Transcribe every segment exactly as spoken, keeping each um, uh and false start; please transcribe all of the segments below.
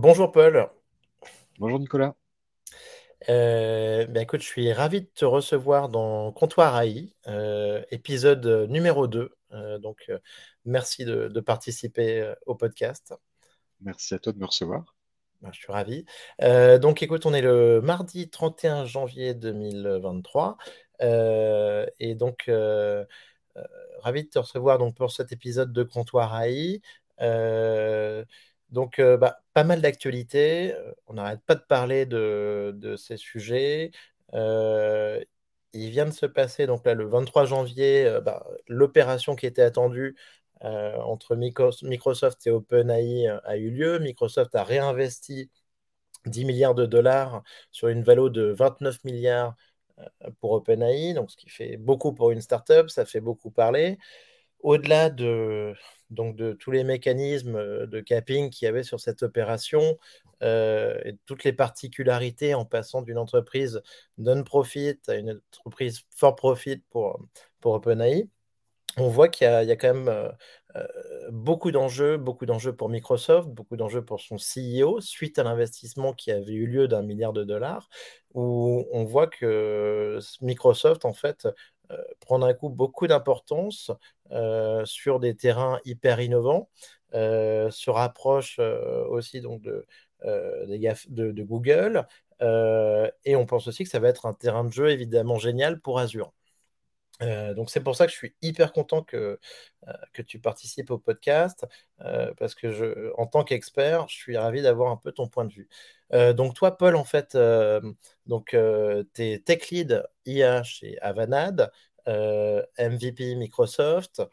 Bonjour Paul. Bonjour Nicolas. Euh, ben écoute, je suis ravi de te recevoir dans Comptoir A I, euh, épisode numéro deux. Euh, donc, euh, merci de, de participer euh, au podcast. Merci à toi de me recevoir. Ben, je suis ravi. Euh, donc, écoute, on est le mardi trente et un janvier deux mille vingt-trois. Euh, et donc, euh, euh, ravi de te recevoir donc, pour cet épisode de Comptoir A I. Euh, donc, euh, bah, pas mal d'actualités. Euh, On n'arrête pas de parler de, de ces sujets. Euh, il vient de se passer, donc là, le vingt-trois janvier, euh, bah, l'opération qui était attendue euh, entre Micro- Microsoft et OpenAI euh, a eu lieu. Microsoft a réinvesti dix milliards de dollars sur une valo de vingt-neuf milliards euh, pour OpenAI, donc ce qui fait beaucoup pour une startup, ça fait beaucoup parler. Au-delà de, donc de tous les mécanismes euh, de capping qu'il y avait sur cette opération euh, et toutes les particularités en passant d'une entreprise non-profit à une entreprise for profit pour, pour OpenAI, on voit qu'il y a, il y a quand même euh, euh, beaucoup d'enjeux, beaucoup d'enjeux pour Microsoft, beaucoup d'enjeux pour son C E O, suite à l'investissement qui avait eu lieu d'un milliard de dollars, où on voit que Microsoft, en fait, euh, prend d'un coup beaucoup d'importance euh, sur des terrains hyper innovants, euh, se rapproche euh, aussi donc de, euh, des gaf- de, de Google, euh, et on pense aussi que ça va être un terrain de jeu évidemment génial pour Azure. Euh, donc c'est pour ça que je suis hyper content que, euh, que tu participes au podcast, euh, parce que je, en tant qu'expert, je suis ravi d'avoir un peu ton point de vue. Euh, donc toi, Paul, en fait, euh, donc euh, tu es tech lead I A chez Avanade, euh, M V P Microsoft,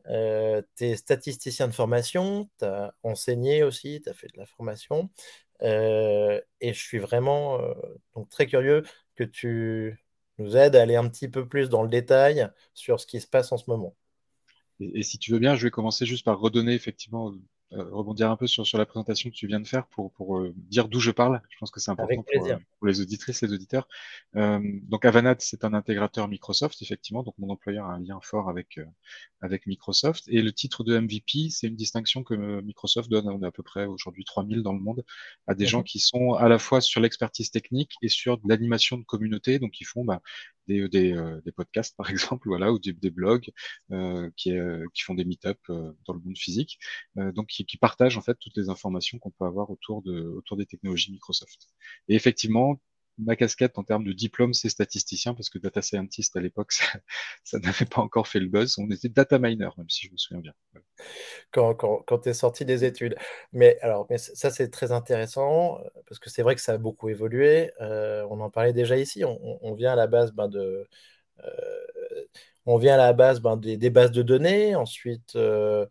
tu es statisticien de formation, tu as enseigné aussi, tu as fait de la formation, euh, et je suis vraiment euh, donc très curieux que tu nous aides à aller un petit peu plus dans le détail sur ce qui se passe en ce moment. Et, et si tu veux bien, je vais commencer juste par redonner effectivement, euh, rebondir un peu sur, sur la présentation que tu viens de faire pour, pour euh, dire d'où je parle. Je pense que c'est important Avec pour, euh, plaisir. pour les auditrices et les auditeurs. Euh, donc Avanade, c'est un intégrateur Microsoft, effectivement. Donc mon employeur a un lien fort avec, euh, avec Microsoft. Et le titre de M V P, c'est une distinction que euh, Microsoft donne, on est à peu près aujourd'hui trois mille dans le monde, à des gens Mhm. qui sont à la fois sur l'expertise technique et sur de l'animation de communauté. Donc ils font bah, des, des, euh, des podcasts, par exemple, voilà, ou des, des blogs euh, qui, euh, qui font des meet-up euh, dans le monde physique, euh, donc qui, qui partagent en fait toutes les informations qu'on peut avoir autour de autour des technologies Microsoft. Et effectivement, ma casquette en termes de diplôme, c'est statisticien parce que data scientist à l'époque, ça, ça n'avait pas encore fait le buzz. On était data miner, même si je me souviens bien. Quand, quand, quand tu es sorti des études. Mais alors, mais ça, c'est très intéressant euh, parce que c'est vrai que ça a beaucoup évolué. Euh, on en parlait déjà ici. On, on- on vient à la base ben, de, euh, on vient à la base ben, des, des bases de données, ensuite euh,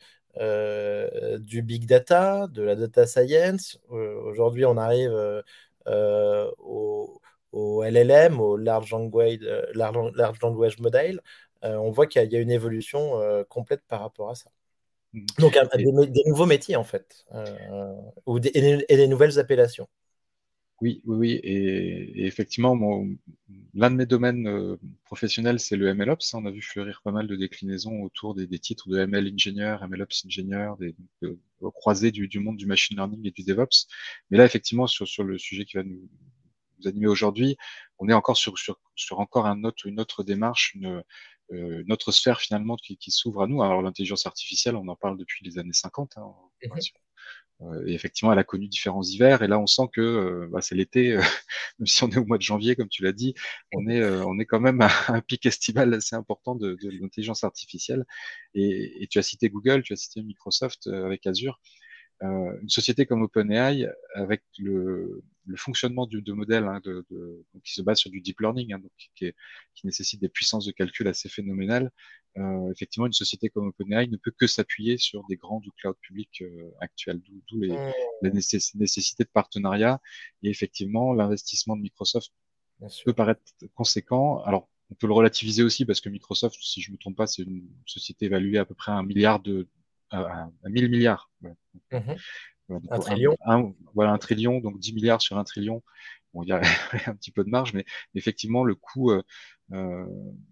euh, du big data, de la data science. Euh, aujourd'hui, on arrive euh, euh, au, au L L M, au Large Language, euh, Large, Large Language Model. Euh, on voit qu'il y a, il y a une évolution euh, complète par rapport à ça. Mhm. Donc, un- Et, des, des nouveaux métiers, en fait, euh, ou des, et des et des nouvelles appellations. oui, oui, oui. Et, et effectivement, mon, l'un de mes domaines euh, professionnels, c'est le MLOps. On a vu fleurir pas mal de déclinaisons autour des, des titres de M L Engineer, MLOps Engineer, des, de, de croisés du, du monde du machine learning et du DevOps. Mais là, effectivement, sur, sur le sujet qui va nous, nous animer aujourd'hui, on est encore sur, sur, sur encore un autre, une autre démarche, une, euh, une autre sphère finalement qui, qui s'ouvre à nous. Alors l'intelligence artificielle, on en parle depuis les années cinquante. Hein, Mhm. euh, et effectivement, elle a connu différents hivers. Et là, on sent que euh, bah, c'est l'été, euh, même si on est au mois de janvier, comme tu l'as dit, on est, euh, on est quand même à un pic estival assez important de, de l'intelligence artificielle. Et, et tu as cité Google, tu as cité Microsoft euh, avec Azure. Euh, une société comme OpenAI, avec le, le fonctionnement du, de modèles hein, de, de, donc qui se base sur du deep learning, hein, donc qui, est, qui nécessite des puissances de calcul assez phénoménales, euh, effectivement, une société comme OpenAI ne peut que s'appuyer sur des grands du cloud public euh, actuels, d'où d'où les, Mhm. la nécess- nécessité de partenariat. Et effectivement, l'investissement de Microsoft Bien peut sûr. paraître conséquent. Alors, on peut le relativiser aussi parce que Microsoft, si je ne me trompe pas, c'est une société évaluée à peu près à un milliard de, à, à mille milliards. Voilà. Donc, euh, Mhm. voilà, donc Un un, trillion. un- voilà, un trillion, donc dix milliards sur un trillion. Bon, il y a un petit peu de marge, mais effectivement, le coût, euh, euh,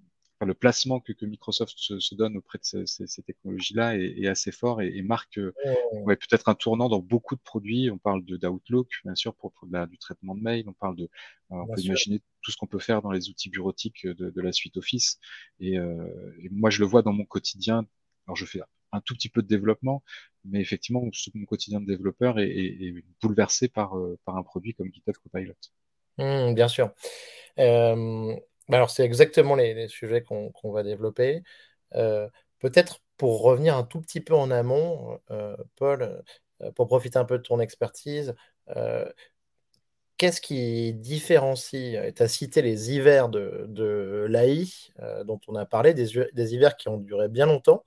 enfin, le placement que, que Microsoft se, se donne auprès de ces, ces, ces technologies-là est, est assez fort et, et marque euh, Mmh, ouais, peut-être un tournant dans beaucoup de produits. On parle de d'Outlook, bien sûr, pour, pour de la, du traitement de mail. On parle de, euh, on bien peut sûr. imaginer tout ce qu'on peut faire dans les outils bureautiques de, de la suite Office. Et, euh, et moi, je le vois dans mon quotidien. Alors, je fais un tout petit peu de développement, mais effectivement, mon quotidien de développeur est, est, est bouleversé par, euh, par un produit comme GitHub Copilot. Mmh, bien sûr. Euh, bah alors, c'est exactement les, les sujets qu'on qu'on va développer. Euh, Peut-être pour revenir un tout petit peu en amont, euh, Paul, euh, pour profiter un peu de ton expertise, euh, qu'est-ce qui différencie, tu as cité les hivers de, de l'A I, euh, dont on a parlé, des, u- des hivers qui ont duré bien longtemps.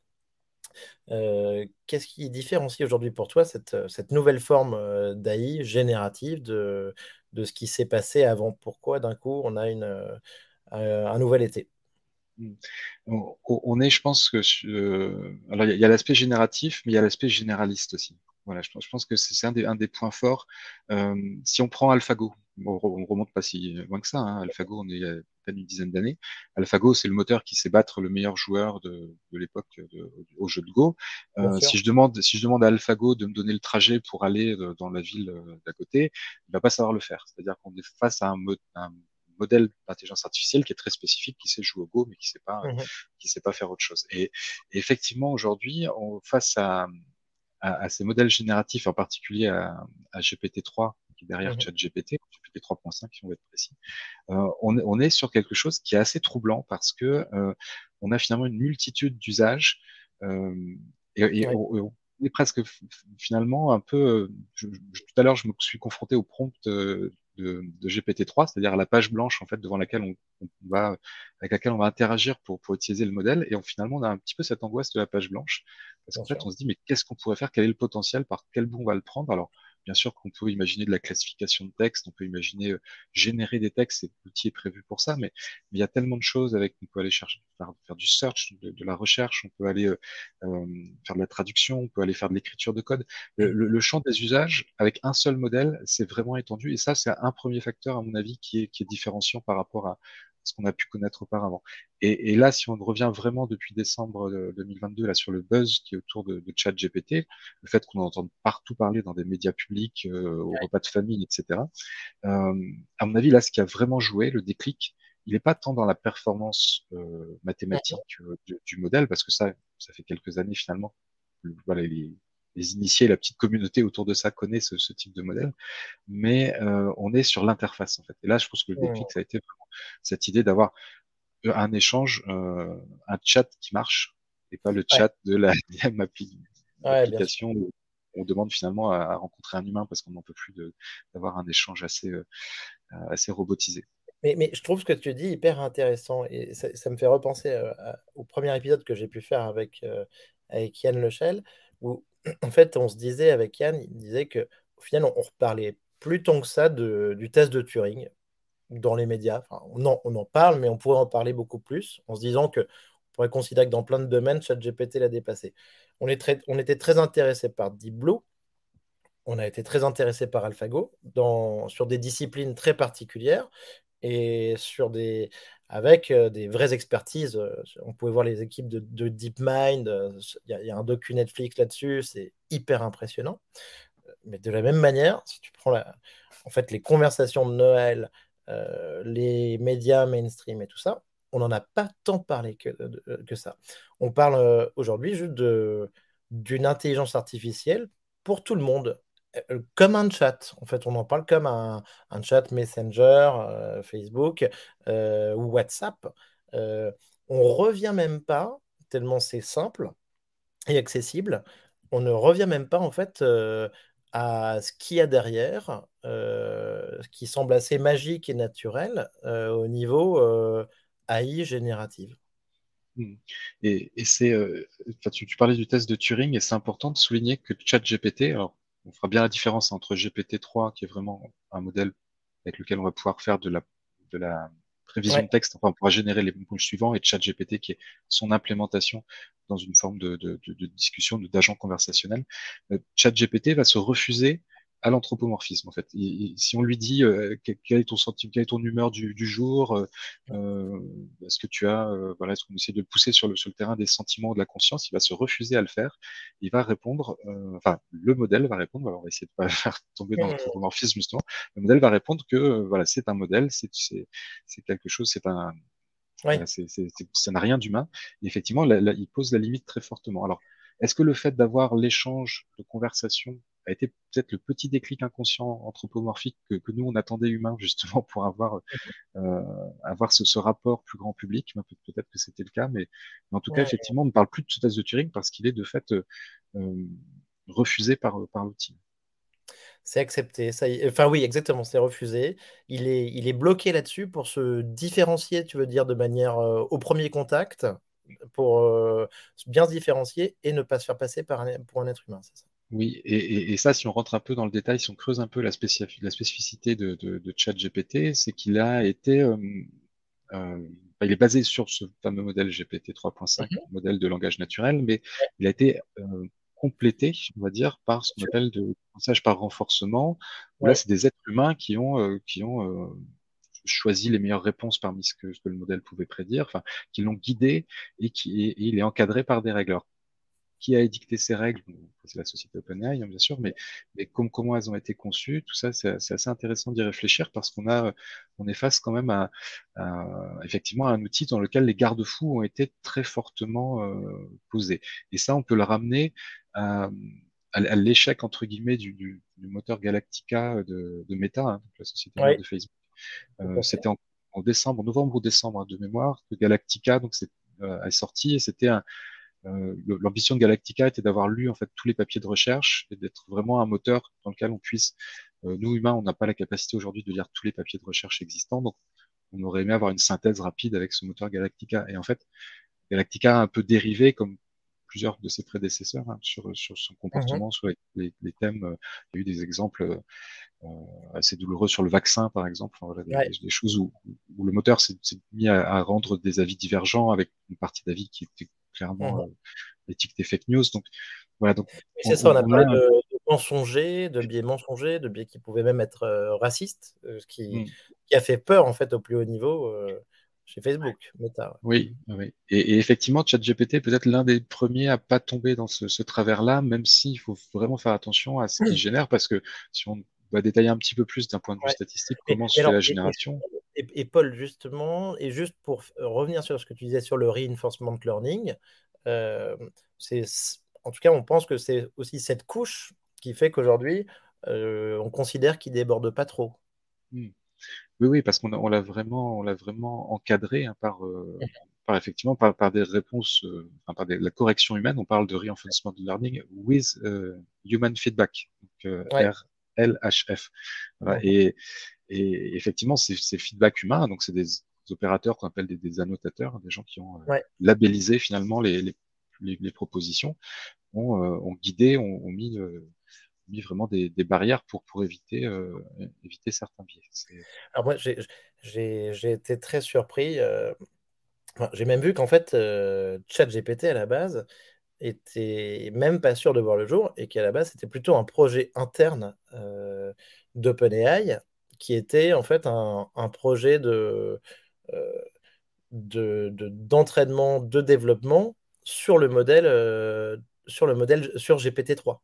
Euh, qu'est-ce qui différencie aujourd'hui pour toi cette, cette nouvelle forme euh, d'A I générative de, de ce qui s'est passé avant? Pourquoi d'un coup on a une, euh, un nouvel été? Mm. On, on est, je pense que sur- euh, alors il y a, il y a l'aspect génératif, mais il y a l'aspect généraliste aussi. Voilà, je pense, je pense que c'est c'est un des, un des points forts. Euh, si on prend AlphaGo, bon, on re- on remonte pas si loin que ça, hein. AlphaGo, on est il y a à peine une dizaine d'années. AlphaGo, c'est le moteur qui sait battre le meilleur joueur de, de l'époque de- au jeu de Go. Bien Euh, si sûr. je demande, si je demande à AlphaGo de me donner le trajet pour aller euh, dans la ville euh, d'à côté, il va pas savoir le faire. C'est-à-dire qu'on est face à un, mo- un modèle d'intelligence artificielle qui est très spécifique, qui sait jouer au Go, mais qui sait pas, Mhm, qui sait pas faire autre chose. Et, et effectivement, aujourd'hui, on face à, à, à, ces modèles génératifs, en particulier à, à G P T trois, qui est derrière mhm, ChatGPT, G P T trois point cinq, si on veut être précis, euh, on, on, est sur quelque chose qui est assez troublant parce que euh, on a finalement une multitude d'usages euh, et, et ouais, on, on est presque finalement un peu. Je, je, tout à l'heure, je me suis confronté au prompt euh, de, de G P T trois, c'est-à-dire à la page blanche en fait devant laquelle on, on va, avec laquelle on va interagir pour, pour utiliser le modèle. Et on, finalement, on a un petit peu cette angoisse de la page blanche parce bien qu'en fait, sûr. on se dit mais qu'est-ce qu'on pourrait faire? Quel est le potentiel? Par quel bout on va le prendre? Alors bien sûr qu'on peut imaginer de la classification de texte, on peut imaginer euh, générer des textes, et l'outil est prévu pour ça, mais, mais il y a tellement de choses avec, on peut aller chercher, faire, faire du search, de, de, la recherche, on peut aller euh, euh, faire de la traduction, on peut aller faire de l'écriture de code. Le, le, le, champ des usages, avec un seul modèle, c'est vraiment étendu, et ça, c'est un premier facteur, à mon avis, qui est, qui est différenciant par rapport à ce qu'on a pu connaître auparavant. Et, et là, si on revient vraiment depuis décembre deux mille vingt-deux là, sur le buzz qui est autour de, de ChatGPT, le fait qu'on entende partout parler dans des médias publics, euh, au repas de famille, et cetera, euh, à mon avis, là, ce qui a vraiment joué, le déclic, il n'est pas tant dans la performance euh, Mhm, mathématique euh, du, du modèle, parce que ça, ça fait quelques années finalement. Le- Voilà, les, les initiés, la petite communauté autour de ça connaît ce, ce type de modèle, mais euh, on est sur l'interface en fait. Et là, je pense que le déclic, mhm. ça a été vraiment cette idée d'avoir un échange, euh, un chat qui marche, et pas le Ouais, chat de la deuxième appli, ouais, bien sûr. application où on demande finalement à, à rencontrer un humain parce qu'on n'en peut plus de- d'avoir un échange assez, euh, assez robotisé. Mais, mais je trouve ce que tu dis hyper intéressant et ça, ça me fait repenser euh, à- au premier épisode que j'ai pu faire avec, euh, avec Yann Lechel, où en fait on se disait avec Yann, il disait que au final on, on reparlait plus tant que ça de- du test de Turing dans les médias. Enfin, on en, on en parle, mais on pourrait en parler beaucoup plus en se disant que on pourrait considérer que dans plein de domaines, ChatGPT l'a dépassé. On est très, on était très intéressé par Deep Blue, on a été très intéressé par AlphaGo dans, sur des disciplines très particulières et sur des, avec euh, des vraies expertises. Euh, on pouvait voir les équipes de, de DeepMind. euh, Il y, a il y a un docu Netflix là-dessus, c'est hyper impressionnant. Mais de la même manière, si tu prends la, en fait, les conversations de Noël, euh, les médias mainstream et tout ça, on n'en a pas tant parlé que, de- que ça. On parle euh, aujourd'hui juste de, d'une intelligence artificielle pour tout le monde, euh, comme un chat. En fait, on en parle comme un, un chat Messenger, euh, Facebook euh, ou WhatsApp. Euh, on revient même pas, tellement c'est simple et accessible, on ne revient même pas en fait euh, à ce qu'il y a derrière, euh, ce qui semble assez magique et naturel euh, au niveau euh, A I générative. Hmm. Et, et c'est, euh, enfin, tu, tu parlais du test de Turing et c'est important de souligner que ChatGPT, alors on fera bien la différence entre G P T trois, qui est vraiment un modèle avec lequel on va pouvoir faire de la, de la prévision de Ouais, texte, enfin on pourra générer les mots suivants, et ChatGPT qui est son implémentation dans une forme de, de, de, de discussion, de- d'agent conversationnel. Euh, ChatGPT va se refuser à l'anthropomorphisme en fait. Il- il- si on lui dit euh, quel, quel est ton sentiment, quelle est ton humeur du, du jour, euh, euh, est-ce que tu as, euh, voilà, est-ce qu'on essaie de le pousser sur le, sur le terrain des sentiments, de la conscience, il va se refuser à le faire. Il va répondre, euh, enfin le modèle va répondre. Alors, on va essayer de pas faire tomber dans Mhm. l'anthropomorphisme justement. Le modèle va répondre que euh, voilà, c'est un modèle, c'est c'est c'est quelque chose, c'est un Oui. voilà, c'est, c'est, c'est- ça n'a rien d'humain. Et effectivement, la- la- il pose la limite très fortement. Alors, est-ce que le fait d'avoir l'échange de conversation a été peut-être le petit déclic inconscient anthropomorphique que, que nous on attendait humain justement pour avoir euh, avoir ce, ce rapport plus grand public? Ben, peut- Peut-être que c'était le cas, mais, mais en tout cas, Ouais. effectivement, on ne parle plus de ce test de Turing parce qu'il est de fait euh, euh, refusé par par l'outil. C'est accepté. Ça y est. Enfin oui, exactement, c'est refusé. Il est, il est bloqué là-dessus pour se différencier, tu veux dire, de manière euh, au premier contact, pour euh, bien se différencier et ne pas se faire passer par un- pour un être humain, c'est ça. Oui, et, et, et ça, si on rentre un peu dans le détail, si on creuse un peu la, spécifi- la spécificité de, de, de ChatGPT, c'est qu'il a été, euh, euh, enfin, il est basé sur ce fameux modèle G P T trois point cinq, Mhm. modèle de langage naturel, mais Ouais, il a été euh, complété, on va dire, par ce bien qu'on sûr. appelle de apprentissage par renforcement, où là, Ouais. c'est des êtres humains qui ont, euh, qui ont euh, choisi les meilleures réponses parmi ce que, ce que le modèle pouvait prédire, enfin, qui l'ont guidé et qui et, et il est encadré par des règles. Alors, qui a édicté ces règles? Bon, c'est la société OpenAI, hein, bien sûr, mais, mais comme, comment elles ont été conçues, tout ça, c'est c'est assez intéressant d'y réfléchir parce qu'on a, on est face quand même à, à, effectivement à un outil dans lequel les garde-fous ont été très fortement euh, posés. Et ça, on peut le ramener à, à, à l'échec entre guillemets du, du, du moteur Galactica de, de Meta, hein, donc la société mère Ouais, de Facebook. tout Euh, à fait. c'était en, en décembre, en novembre ou décembre hein, de mémoire que Galactica donc c'est euh, est sorti et c'était un euh, l'ambition de Galactica était d'avoir lu en fait tous les papiers de recherche et d'être vraiment un moteur dans lequel on puisse, euh, nous humains, on n'a pas la capacité aujourd'hui de lire tous les papiers de recherche existants, donc on aurait aimé avoir une synthèse rapide avec ce moteur Galactica. Et en fait, Galactica a un peu dérivé comme plusieurs de ses prédécesseurs hein, sur, sur son Mhm. comportement, sur les, les, les thèmes. Euh, il y a eu des exemples euh, assez douloureux sur le vaccin, par exemple. Enfin, voilà, des, Ouais. des, des choses où, où le moteur s'est mis à, à rendre des avis divergents avec une partie d'avis qui était clairement Mhm. euh, éthique des fake news. Donc voilà, donc Oui, c'est ça, on, on a on parlé a de, de mensongers, de biais mensongers, de biais qui pouvaient même être euh, racistes, euh, ce qui, mm, qui a fait peur en fait au plus haut niveau euh, chez Facebook, Meta. oui, oui. Et, et effectivement, ChatGPT est peut-être l'un des premiers à pas tomber dans ce, ce travers-là, même s'il faut vraiment faire attention à ce qu'il Ouais. génère, parce que si on va détailler un petit peu plus d'un point de vue Ouais. statistique, Mais, comment se mais fait alors, la et, et- génération? et- et Paul, justement, et juste pour f- revenir sur ce que tu disais sur le reinforcement learning, euh, c'est, en tout cas, on pense que c'est aussi cette couche qui fait qu'aujourd'hui, euh, on considère qu'il déborde pas trop. Mm. Oui, oui, parce qu'on a- on l'a vraiment, on l'a vraiment encadré hein, par, euh, par effectivement par, par des réponses, euh, enfin, par des- la correction humaine. On parle de reinforcement learning with euh, human feedback, donc euh, Ouais. R L H F. Voilà. Mhm. Et, et effectivement, c'est c'est feedback humain, donc c'est des opérateurs qu'on appelle des, des annotateurs, des gens qui ont euh, Ouais. labellisé finalement les, les, les, les propositions, ont, euh, ont guidé, ont, ont mis, euh, mis vraiment des, des barrières pour, pour éviter, euh, éviter certains biais. C'est- Alors moi, j'ai j'ai- j'ai été très surpris. euh, enfin, j'ai même vu qu'en fait, euh, ChatGPT à la base était même pas sûr de voir le jour et qu'à la base, c'était plutôt un projet interne euh, d'OpenAI qui était en fait un, un projet de, euh, de, de- d'entraînement, de développement sur le modèle, euh, sur le modèle sur G P T trois.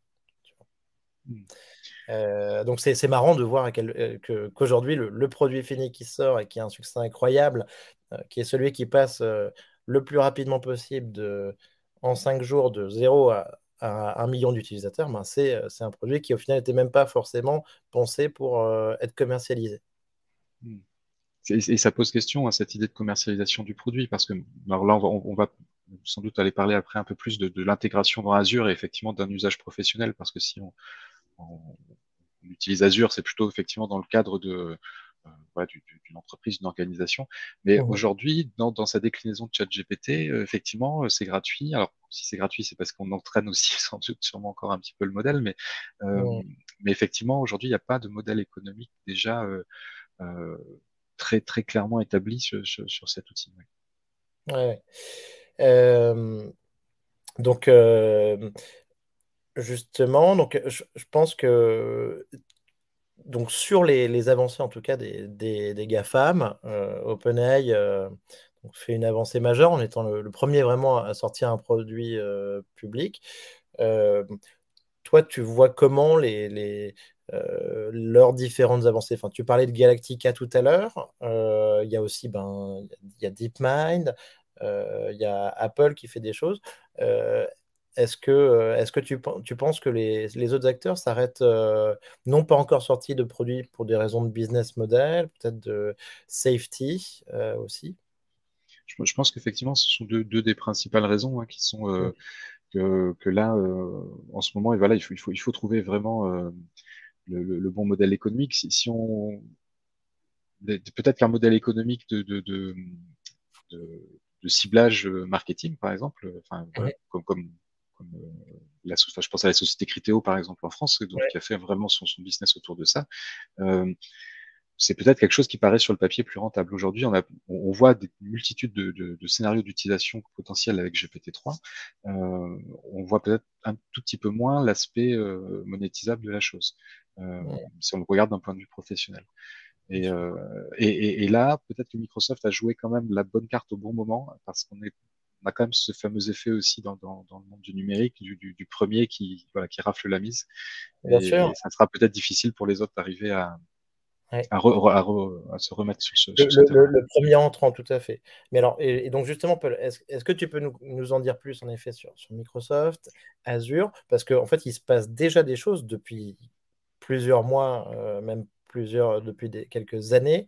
Hmm. Euh, donc c'est c'est marrant de voir à quel- euh, que, qu'aujourd'hui le, le produit fini qui sort et qui a un succès incroyable, euh, qui est celui qui passe euh, le plus rapidement possible de, en cinq jours de zéro à, à un million d'utilisateurs, ben c'est euh, c'est un produit qui au final n'était même pas forcément pensé pour euh, être commercialisé. Hmm. Et, et ça pose question à cette idée de commercialisation du produit, parce que alors là, on va, on va sans doute aller parler après un peu plus de, de l'intégration dans Azure et effectivement d'un usage professionnel, parce que si on, on, on utilise Azure, c'est plutôt effectivement dans le cadre de euh, voilà, du- du- d'une entreprise, d'une organisation. Mais Mhm. aujourd'hui, dans, dans sa déclinaison de ChatGPT, euh, effectivement, euh, c'est gratuit. Alors, si c'est gratuit, c'est parce qu'on entraîne aussi sans doute sûrement encore un petit peu le modèle, mais, euh, Mhm. mais effectivement, aujourd'hui, il n'y a pas de modèle économique déjà euh, euh, très très clairement établi sur, sur, sur cet outil. Ouais. Ouais, ouais. Euh, donc, euh, justement, donc je, je pense que donc sur les, les avancées en tout cas des, des, des GAFAM, euh, OpenAI euh, donc fait une avancée majeure en étant le, le premier vraiment à sortir un produit euh, public. Euh, Toi, tu vois comment les, les, euh, leurs différentes avancées. Enfin, tu parlais de Galactica tout à l'heure. Euh, Il y a aussi ben, il y a DeepMind. Euh, Il y a Apple qui fait des choses. Euh, est-ce que, euh, est-ce que tu, pen- tu penses que les, les autres acteurs s'arrêtent, euh, n'ont pas encore sorti de produits pour des raisons de business model, peut-être de safety euh, aussi? Je, je pense qu'effectivement, ce sont deux, deux des principales raisons hein, qui sont euh, que, que là, euh, en ce moment, et voilà, il faut, il faut, il faut trouver vraiment euh, le, le, le bon modèle économique. Si, si on peut-être qu'un modèle économique de, de, de, de, de ciblage euh, marketing, par exemple, euh, enfin Mhm. voilà, comme, comme, comme euh, la, enfin, je pense à la société Criteo, par exemple, en France, donc Ouais, qui a fait vraiment son, son business autour de ça. Euh, c'est peut-être quelque chose qui paraît sur le papier plus rentable. Aujourd'hui, on, a, on voit des multitudes de, de, de scénarios d'utilisation potentiels avec G P T trois. Euh, on voit peut-être un tout petit peu moins l'aspect euh, monétisable de la chose, euh, ouais, si on le regarde d'un point de vue professionnel. bien Et, sûr. euh, et, et, et là, peut-être que Microsoft a joué quand même la bonne carte au bon moment, parce qu'on est, on a quand même ce fameux effet aussi dans, dans, dans le monde du numérique, du, du, du premier qui, voilà, qui rafle la mise. Bien sûr. Et ça sera peut-être difficile pour les autres d'arriver à, Ouais. à, re, à, re, à, se remettre sur ce, Le, sur ce le- le- terrain. le premier entrant, tout à fait. Mais alors, et, et donc justement, Paul, est-ce, est-ce que tu peux nous, nous en dire plus en effet sur, sur Microsoft, Azure? Parce qu'en fait, il se passe déjà des choses depuis plusieurs mois, euh, même plusieurs, depuis des- quelques années.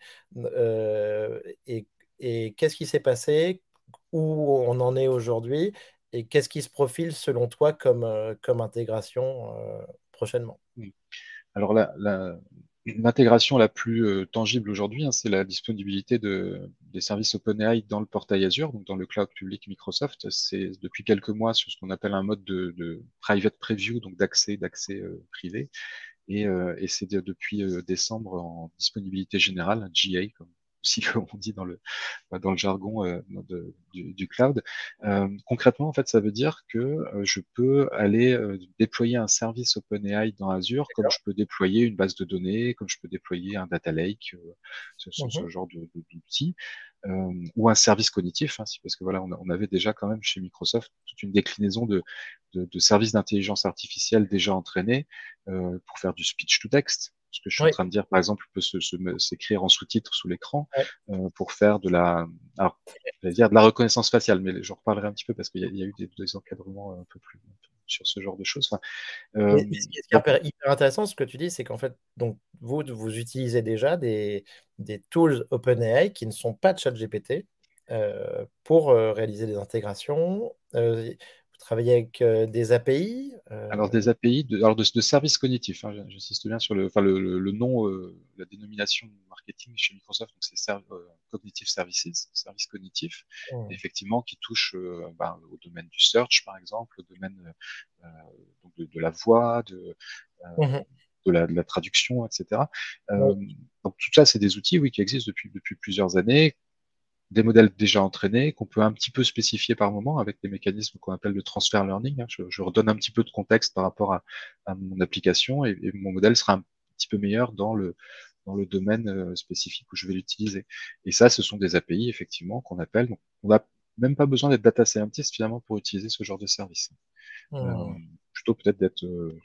Euh, et et qu'est-ce qui s'est passé? Où on en est aujourd'hui? Et qu'est-ce qui se profile selon toi comme, euh, comme intégration euh, prochainement? Mm. Alors la, la, l'intégration la plus euh, tangible aujourd'hui, hein, c'est la disponibilité de, des services OpenAI dans le portail Azure, donc dans le cloud public Microsoft. C'est depuis quelques mois sur ce qu'on appelle un mode de, de private preview, donc d'accès, d'accès euh, privé. Et, euh, et c'est de- depuis euh, décembre en disponibilité générale, G A, comme aussi comme on dit dans le dans le jargon euh, de- du, du cloud. Euh, concrètement, en fait, ça veut dire que euh, je peux aller euh, déployer un service OpenAI dans Azure, comme je peux déployer une base de données, comme je peux déployer un data lake, euh, ce, ce, ce Mhm. genre de, de, d'outils, euh, ou un service cognitif, hein, si- parce que voilà, on, a- on avait déjà quand même chez Microsoft toute une déclinaison de, de, de services d'intelligence artificielle déjà entraînés euh, pour faire du speech to text. Ce que je suis en Oui, train de dire, par exemple, peut se, se, s'écrire en sous-titres sous l'écran ouais. euh, pour faire de la, alors, j'allais dire de la reconnaissance faciale, mais j'en reparlerai un petit peu parce qu'il y, a il y a eu des, des encadrements un peu plus sur ce genre de choses. Enfin, euh, Mais, mais ce qui est ce qui est donc, hyper, hyper intéressant, ce que tu dis, c'est qu'en fait, donc, vous, vous utilisez déjà des, des tools OpenAI qui ne sont pas de ChatGPT euh, pour euh, réaliser des intégrations. Euh, vous travaillez avec euh, des A P I. alors euh, des A P I, de, alors de, de services cognitifs, hein, j'insiste bien sur le, enfin le, le, le nom, euh, la dénomination marketing chez Microsoft, donc c'est serv- euh, Cognitive Services, services cognitifs, hmm, effectivement qui touchent euh, ben, au domaine du search par exemple, au domaine euh, donc de, de la voix, de, euh, mhm, de la, de la traduction, et cetera. Euh, oui, donc tout ça, c'est des outils, oui, qui existent depuis depuis plusieurs années, des modèles déjà entraînés qu'on peut un petit peu spécifier par moment avec des mécanismes qu'on appelle le transfer learning, hein. Je, je redonne un petit peu de contexte par rapport à, à mon application et, et mon modèle sera un petit peu meilleur dans le dans le domaine euh, spécifique où je vais l'utiliser. Et ça, ce sont des A P I effectivement qu'on appelle. Donc, on n'a même pas besoin d'être data scientist finalement pour utiliser ce genre de service. Euh, hmm, Plutôt peut-être d'être euh,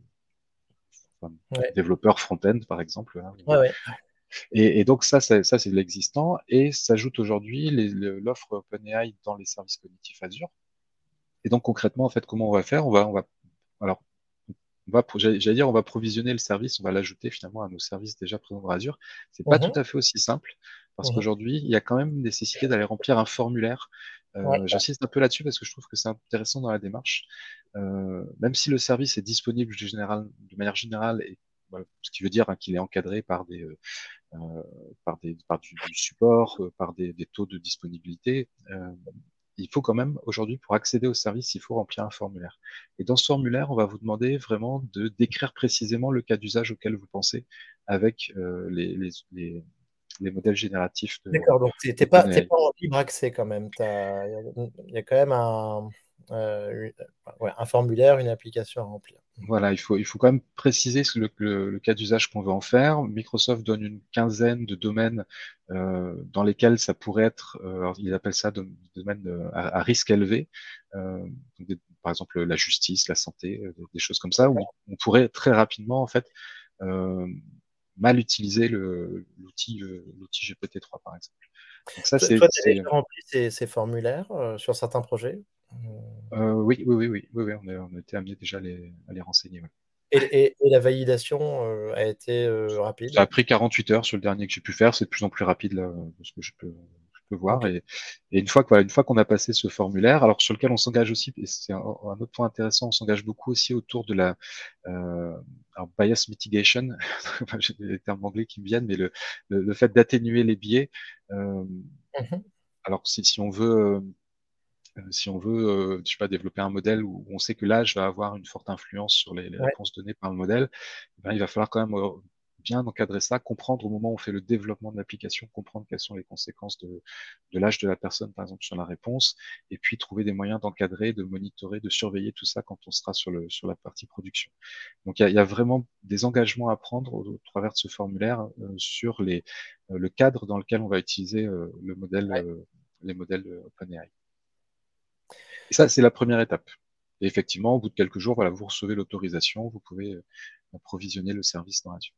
enfin, ouais, développeur front-end par exemple, hein. ouais, ouais, Et, et donc ça, ça, ça c'est de l'existant et s'ajoute aujourd'hui les- le- l'offre OpenAI dans les services cognitifs Azure. Et donc concrètement, en fait, comment on va faire? On va, on va, alors, on va, pro- j'allais j'allais dire, on va provisionner le service, on va l'ajouter finalement à nos services déjà présents dans Azure. C'est pas tout mhm, à fait aussi simple parce mhm, qu'aujourd'hui, il y a quand même nécessité d'aller remplir un formulaire. ouais, Euh, j'insiste un peu là-dessus parce que je trouve que c'est intéressant dans la démarche. Euh, même si le service est disponible de, général, de manière générale, et, voilà, ce qui veut dire hein, qu'il est encadré par des, euh, euh, par, des, par du, du support, euh, par des, des taux de disponibilité. Euh, il faut quand même, aujourd'hui, pour accéder au service, il faut remplir un formulaire. Et dans ce formulaire, on va vous demander vraiment de décrire précisément le cas d'usage auquel vous pensez avec euh, les, les, les, les modèles génératifs de d'accord. Donc, t'es t'es pas, t'es OpenAI. pas en libre accès quand même. T'as- Il y a il y a quand même un, euh, une- ouais, un formulaire, une application à remplir. Voilà, il faut, il faut quand même préciser ce- le, le- le cas d'usage qu'on veut en faire. Microsoft donne une quinzaine de domaines euh, dans lesquels ça pourrait être, euh, alors, ils appellent ça dom- domaines euh, à, à risque élevé. Euh, donc des- par exemple la justice, la santé, euh, des, des choses comme ça, où on pourrait très rapidement en fait euh, mal utiliser le- l'outil le- l'outil G P T trois par exemple. Donc ça Toi, c'est toi, tu as c'est déjà rempli ces, ces formulaires euh, sur certains projets? Euh, euh, oui oui oui oui oui, oui, on a, on a été amené déjà à les, à les renseigner. Ouais. Et, et- et la validation euh, a été euh, Ça a rapide? pris quarante-huit heures sur le dernier que j'ai pu faire. C'est de plus en plus rapide là, de ce que je peux, je peux voir. Ok. Et, et une fois que, voilà, une fois qu'on a passé ce formulaire, alors sur lequel on s'engage aussi, et c'est un, un autre point intéressant, on s'engage beaucoup aussi autour de la euh, alors, bias mitigation. Enfin, j'ai des termes anglais qui me viennent, mais le, le, le fait d'atténuer les biais. Euh, Mhm. alors si, si on veut euh, si on veut, euh, je sais pas, développer un modèle où on sait que l'âge va avoir une forte influence sur les, les Ouais. réponses données par le modèle, eh ben, il va falloir quand même euh, bien encadrer ça, comprendre au moment où on fait le développement de l'application, comprendre quelles sont les conséquences de, de l'âge de la personne, par exemple, sur la réponse, et puis trouver des moyens d'encadrer, de monitorer, de surveiller tout ça quand on sera sur, le, sur la partie production. Donc il y a, il y a vraiment des engagements à prendre au, au travers de ce formulaire euh, sur les, euh, le cadre dans lequel on va utiliser euh, le modèle, Ouais. euh, les modèles euh, OpenAI. Et ça, c'est la première étape. Et effectivement, au bout de quelques jours, voilà, vous recevez l'autorisation, vous pouvez euh, provisionner le service dans Azure.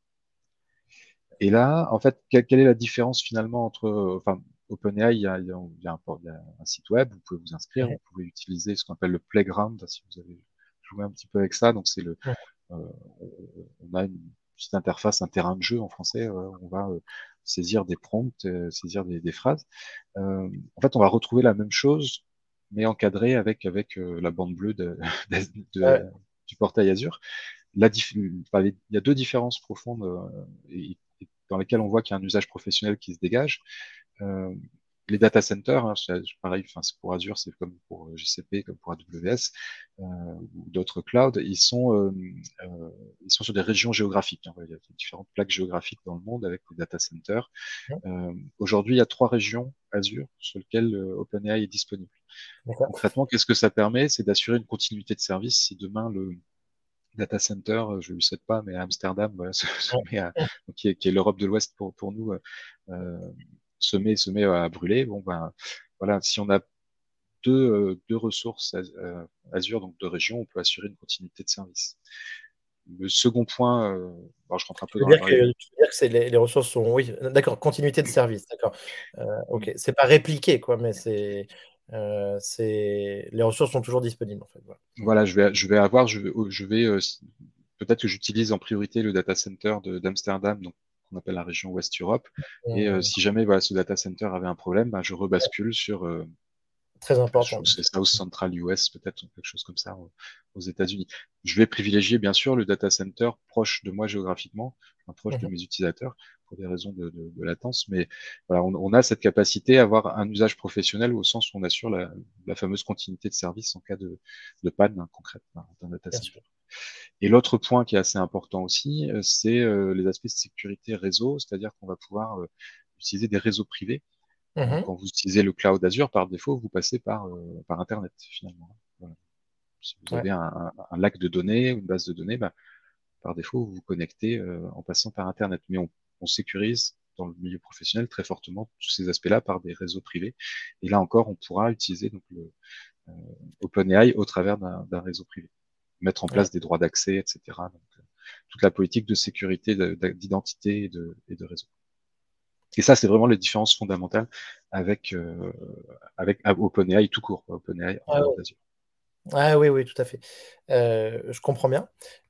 Et là, en fait, quelle, quelle est la différence finalement entre, euh, enfin, OpenAI, il y a, il y a, il y a un, il y a un site web, vous pouvez vous inscrire, Mhm. vous pouvez utiliser ce qu'on appelle le Playground, si vous avez joué un petit peu avec ça. Donc, c'est le, Mhm. euh, on a une petite interface, un terrain de jeu en français, euh, on va euh, saisir des prompts, euh, saisir des, des phrases. Euh, en fait, on va retrouver la même chose, mais encadré avec avec euh, la bande bleue de, de, de, Ouais. du portail Azure. La dif- enfin, il y a deux différences profondes euh, et, et dans lesquelles on voit qu'il y a un usage professionnel qui se dégage. Euh, les data centers, hein, c'est pareil, enfin, c'est pour Azure, c'est comme pour G C P, comme pour A W S euh, ou d'autres clouds, ils sont, euh, euh, ils sont sur des régions géographiques. Hein, il y a différentes plaques géographiques dans le monde avec les data centers. Mhm. Euh, Aujourd'hui, il y a trois régions Azure sur lesquelles euh, OpenAI est disponible. D'accord. Concrètement, qu'est-ce que ça permet? C'est d'assurer une continuité de service si demain le data center, euh, je ne le souhaite pas, mais à Amsterdam, voilà, se, se Ouais. met à, qui est, qui est l'Europe de l'Ouest pour, pour nous, euh, se met, se met à brûler. Bon, ben, voilà, si on a deux, euh, deux ressources euh, Azure, donc deux régions, on peut assurer une continuité de service. Le second point, euh, alors je rentre un peu Tu veux dans, dire dans que, les, tu veux dire que c'est les, les ressources sont, oui, d'accord, continuité de service, d'accord. Euh, ok, c'est pas répliqué, quoi, mais c'est, euh, c'est, les ressources sont toujours disponibles, en fait. Voilà. voilà, je vais, je vais avoir, je vais, je vais euh, peut-être que j'utilise en priorité le data center de- d'Amsterdam, donc qu'on appelle la région Ouest Europe. Et euh, Hum, si jamais voilà, ce data center avait un problème, ben, je rebascule sur, euh, Très je important. trouve que c'est South Central U S peut-être, ou quelque chose comme ça, aux, aux États-Unis. Je vais privilégier bien sûr le data center proche de moi géographiquement, enfin, proche de Mhm. mes utilisateurs, pour des raisons de, de, de latence. Mais voilà, on, on a cette capacité à avoir un usage professionnel au sens où on assure la, la fameuse continuité de service en cas de, de panne hein, concrète hein, d'un data Bien sûr. center. Et l'autre point qui est assez important aussi, euh, c'est euh, les aspects de sécurité réseau, c'est-à-dire qu'on va pouvoir euh, utiliser des réseaux privés. Euh, Mhm. quand vous utilisez le cloud Azure, par défaut, vous passez par, euh, par Internet, finalement. Voilà. Si vous Ouais. avez un, un, un lac de données ou une base de données, bah, par défaut, vous vous connectez euh, en passant par Internet. Mais on, on sécurise dans le milieu professionnel très fortement tous ces aspects-là par des réseaux privés. Et là encore, on pourra utiliser donc le euh, OpenAI au travers d'un d'un réseau privé, mettre en Ouais. place des droits d'accès, et cetera. Donc, euh, toute la politique de sécurité, de- de- d'identité et de, et de réseau. Et ça, c'est vraiment les différences fondamentales avec euh, avec OpenAI tout court, pas OpenAI en Ah, dehors ouais. d'Azure. Ah oui, oui, tout à fait. Euh, je comprends bien.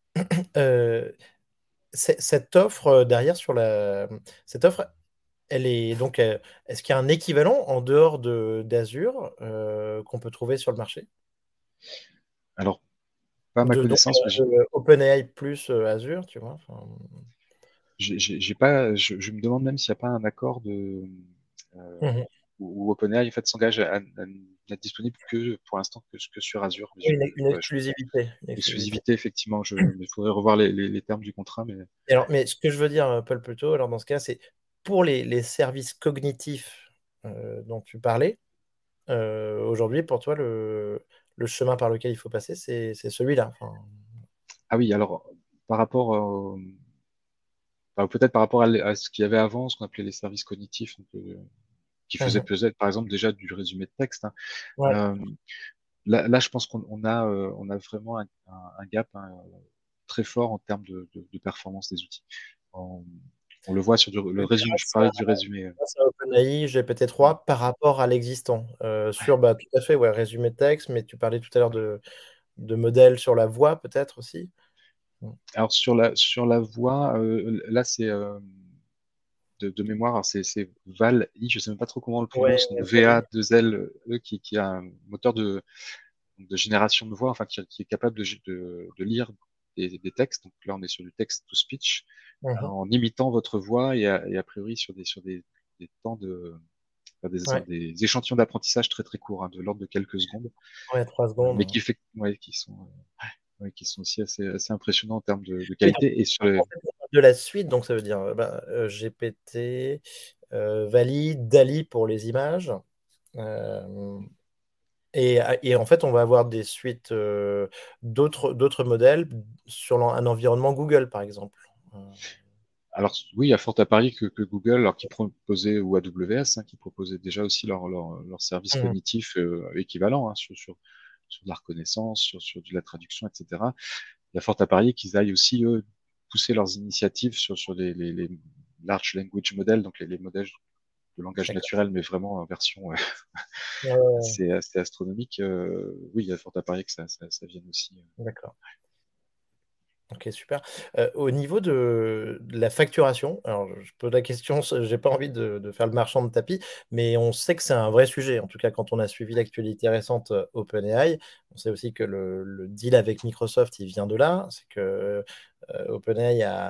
Euh, c'est- cette offre euh, derrière sur la, cette offre, elle est donc, euh, est-ce qu'il y a un équivalent en dehors de d'Azure euh, qu'on peut trouver sur le marché? Alors, pas à ma De donc connaissance, mais euh, OpenAI plus euh, Azure, tu vois. Enfin, j'ai j'ai- j'ai pas, je, je me demande même s'il n'y a pas un accord de euh, mhm. où où OpenAI en fait s'engage à, à n'être disponible que pour l'instant que, que sur Azure. Mais je, Une, une ouais, je- exclusivité, une exclusivité. exclusivité, effectivement, je, il faudrait revoir les, les, les termes du contrat, mais Et alors, mais ce que je veux dire, euh, Paul, plutôt, alors dans ce cas, c'est pour les, les services cognitifs euh, dont tu parlais, euh, aujourd'hui, pour toi, le, le chemin par lequel il faut passer, c'est c'est celui-là. Enfin, Ah oui, alors par rapport, euh, enfin, peut-être par rapport à, l- à ce qu'il y avait avant, ce qu'on appelait les services cognitifs, donc, euh, qui faisaient mhm. peut-être par exemple déjà du résumé de texte, hein. Ouais, Euh, là, là, je pense qu'on on a, euh, on a vraiment un, un- un gap, hein, très fort en termes de, de- de performance des outils. On, on le voit sur du- le résumé. Je grâce parlais du résumé. euh, grâce à OpenAI, G P T trois par rapport à l'existant. Euh, sur, bah, tout à fait, ouais, résumé de texte, mais tu parlais tout à l'heure de, de modèles sur la voix, peut-être aussi. Mm. Alors sur la sur la voix, euh, là c'est euh, de, de mémoire, alors, c'est c'est Val-I, je sais même pas trop comment on le Ouais, prononce, donc Wall-E. V A deux L E qui, qui a un moteur de, de génération de voix, enfin qui, qui est capable de, de, de lire des, des textes. Donc là on est sur du text to speech, Mhm. en imitant votre voix et a, et a priori sur des sur des, des temps de enfin, des, Ouais, des échantillons d'apprentissage très très courts, hein, de l'ordre de quelques secondes, ouais, trois euh, secondes. mais Ouais. qui fait ouais, qui sont euh, ouais, qui sont aussi assez, assez impressionnants en termes de, de Oui, donc, qualité et sur en les, fait, on parle de la suite, donc ça veut dire euh, bah, euh, G P T, euh, Vali, Dali pour les images. Euh, et, et en fait, on va avoir des suites euh, d'autres d'autres modèles sur l'en- un environnement Google, par exemple. Euh, Alors oui, il y a fort à parier que, que Google, alors qui proposait, ou A W S, hein, qui proposait déjà aussi leur, leur, leur service mhm. cognitif euh, équivalent, hein, sur, sur, sur de la reconnaissance, sur, sur de la traduction, et cetera. Il y a fort à parier qu'ils aillent aussi, eux, pousser leurs initiatives sur, sur les, les, les large language models, donc les, les modèles de langage D'accord. naturel, mais vraiment en version euh, Ouais, ouais, ouais. assez, assez astronomique. Euh, oui, il y a fort à parier que ça, ça, ça vienne aussi. euh. D'accord. Ok, super. Euh, au niveau de, de la facturation, alors je pose la question, j'ai pas envie de, de faire le marchand de tapis, mais on sait que c'est un vrai sujet. En tout cas, quand on a suivi l'actualité récente euh, OpenAI, on sait aussi que le, le deal avec Microsoft, il vient de là. C'est que euh, OpenAI a,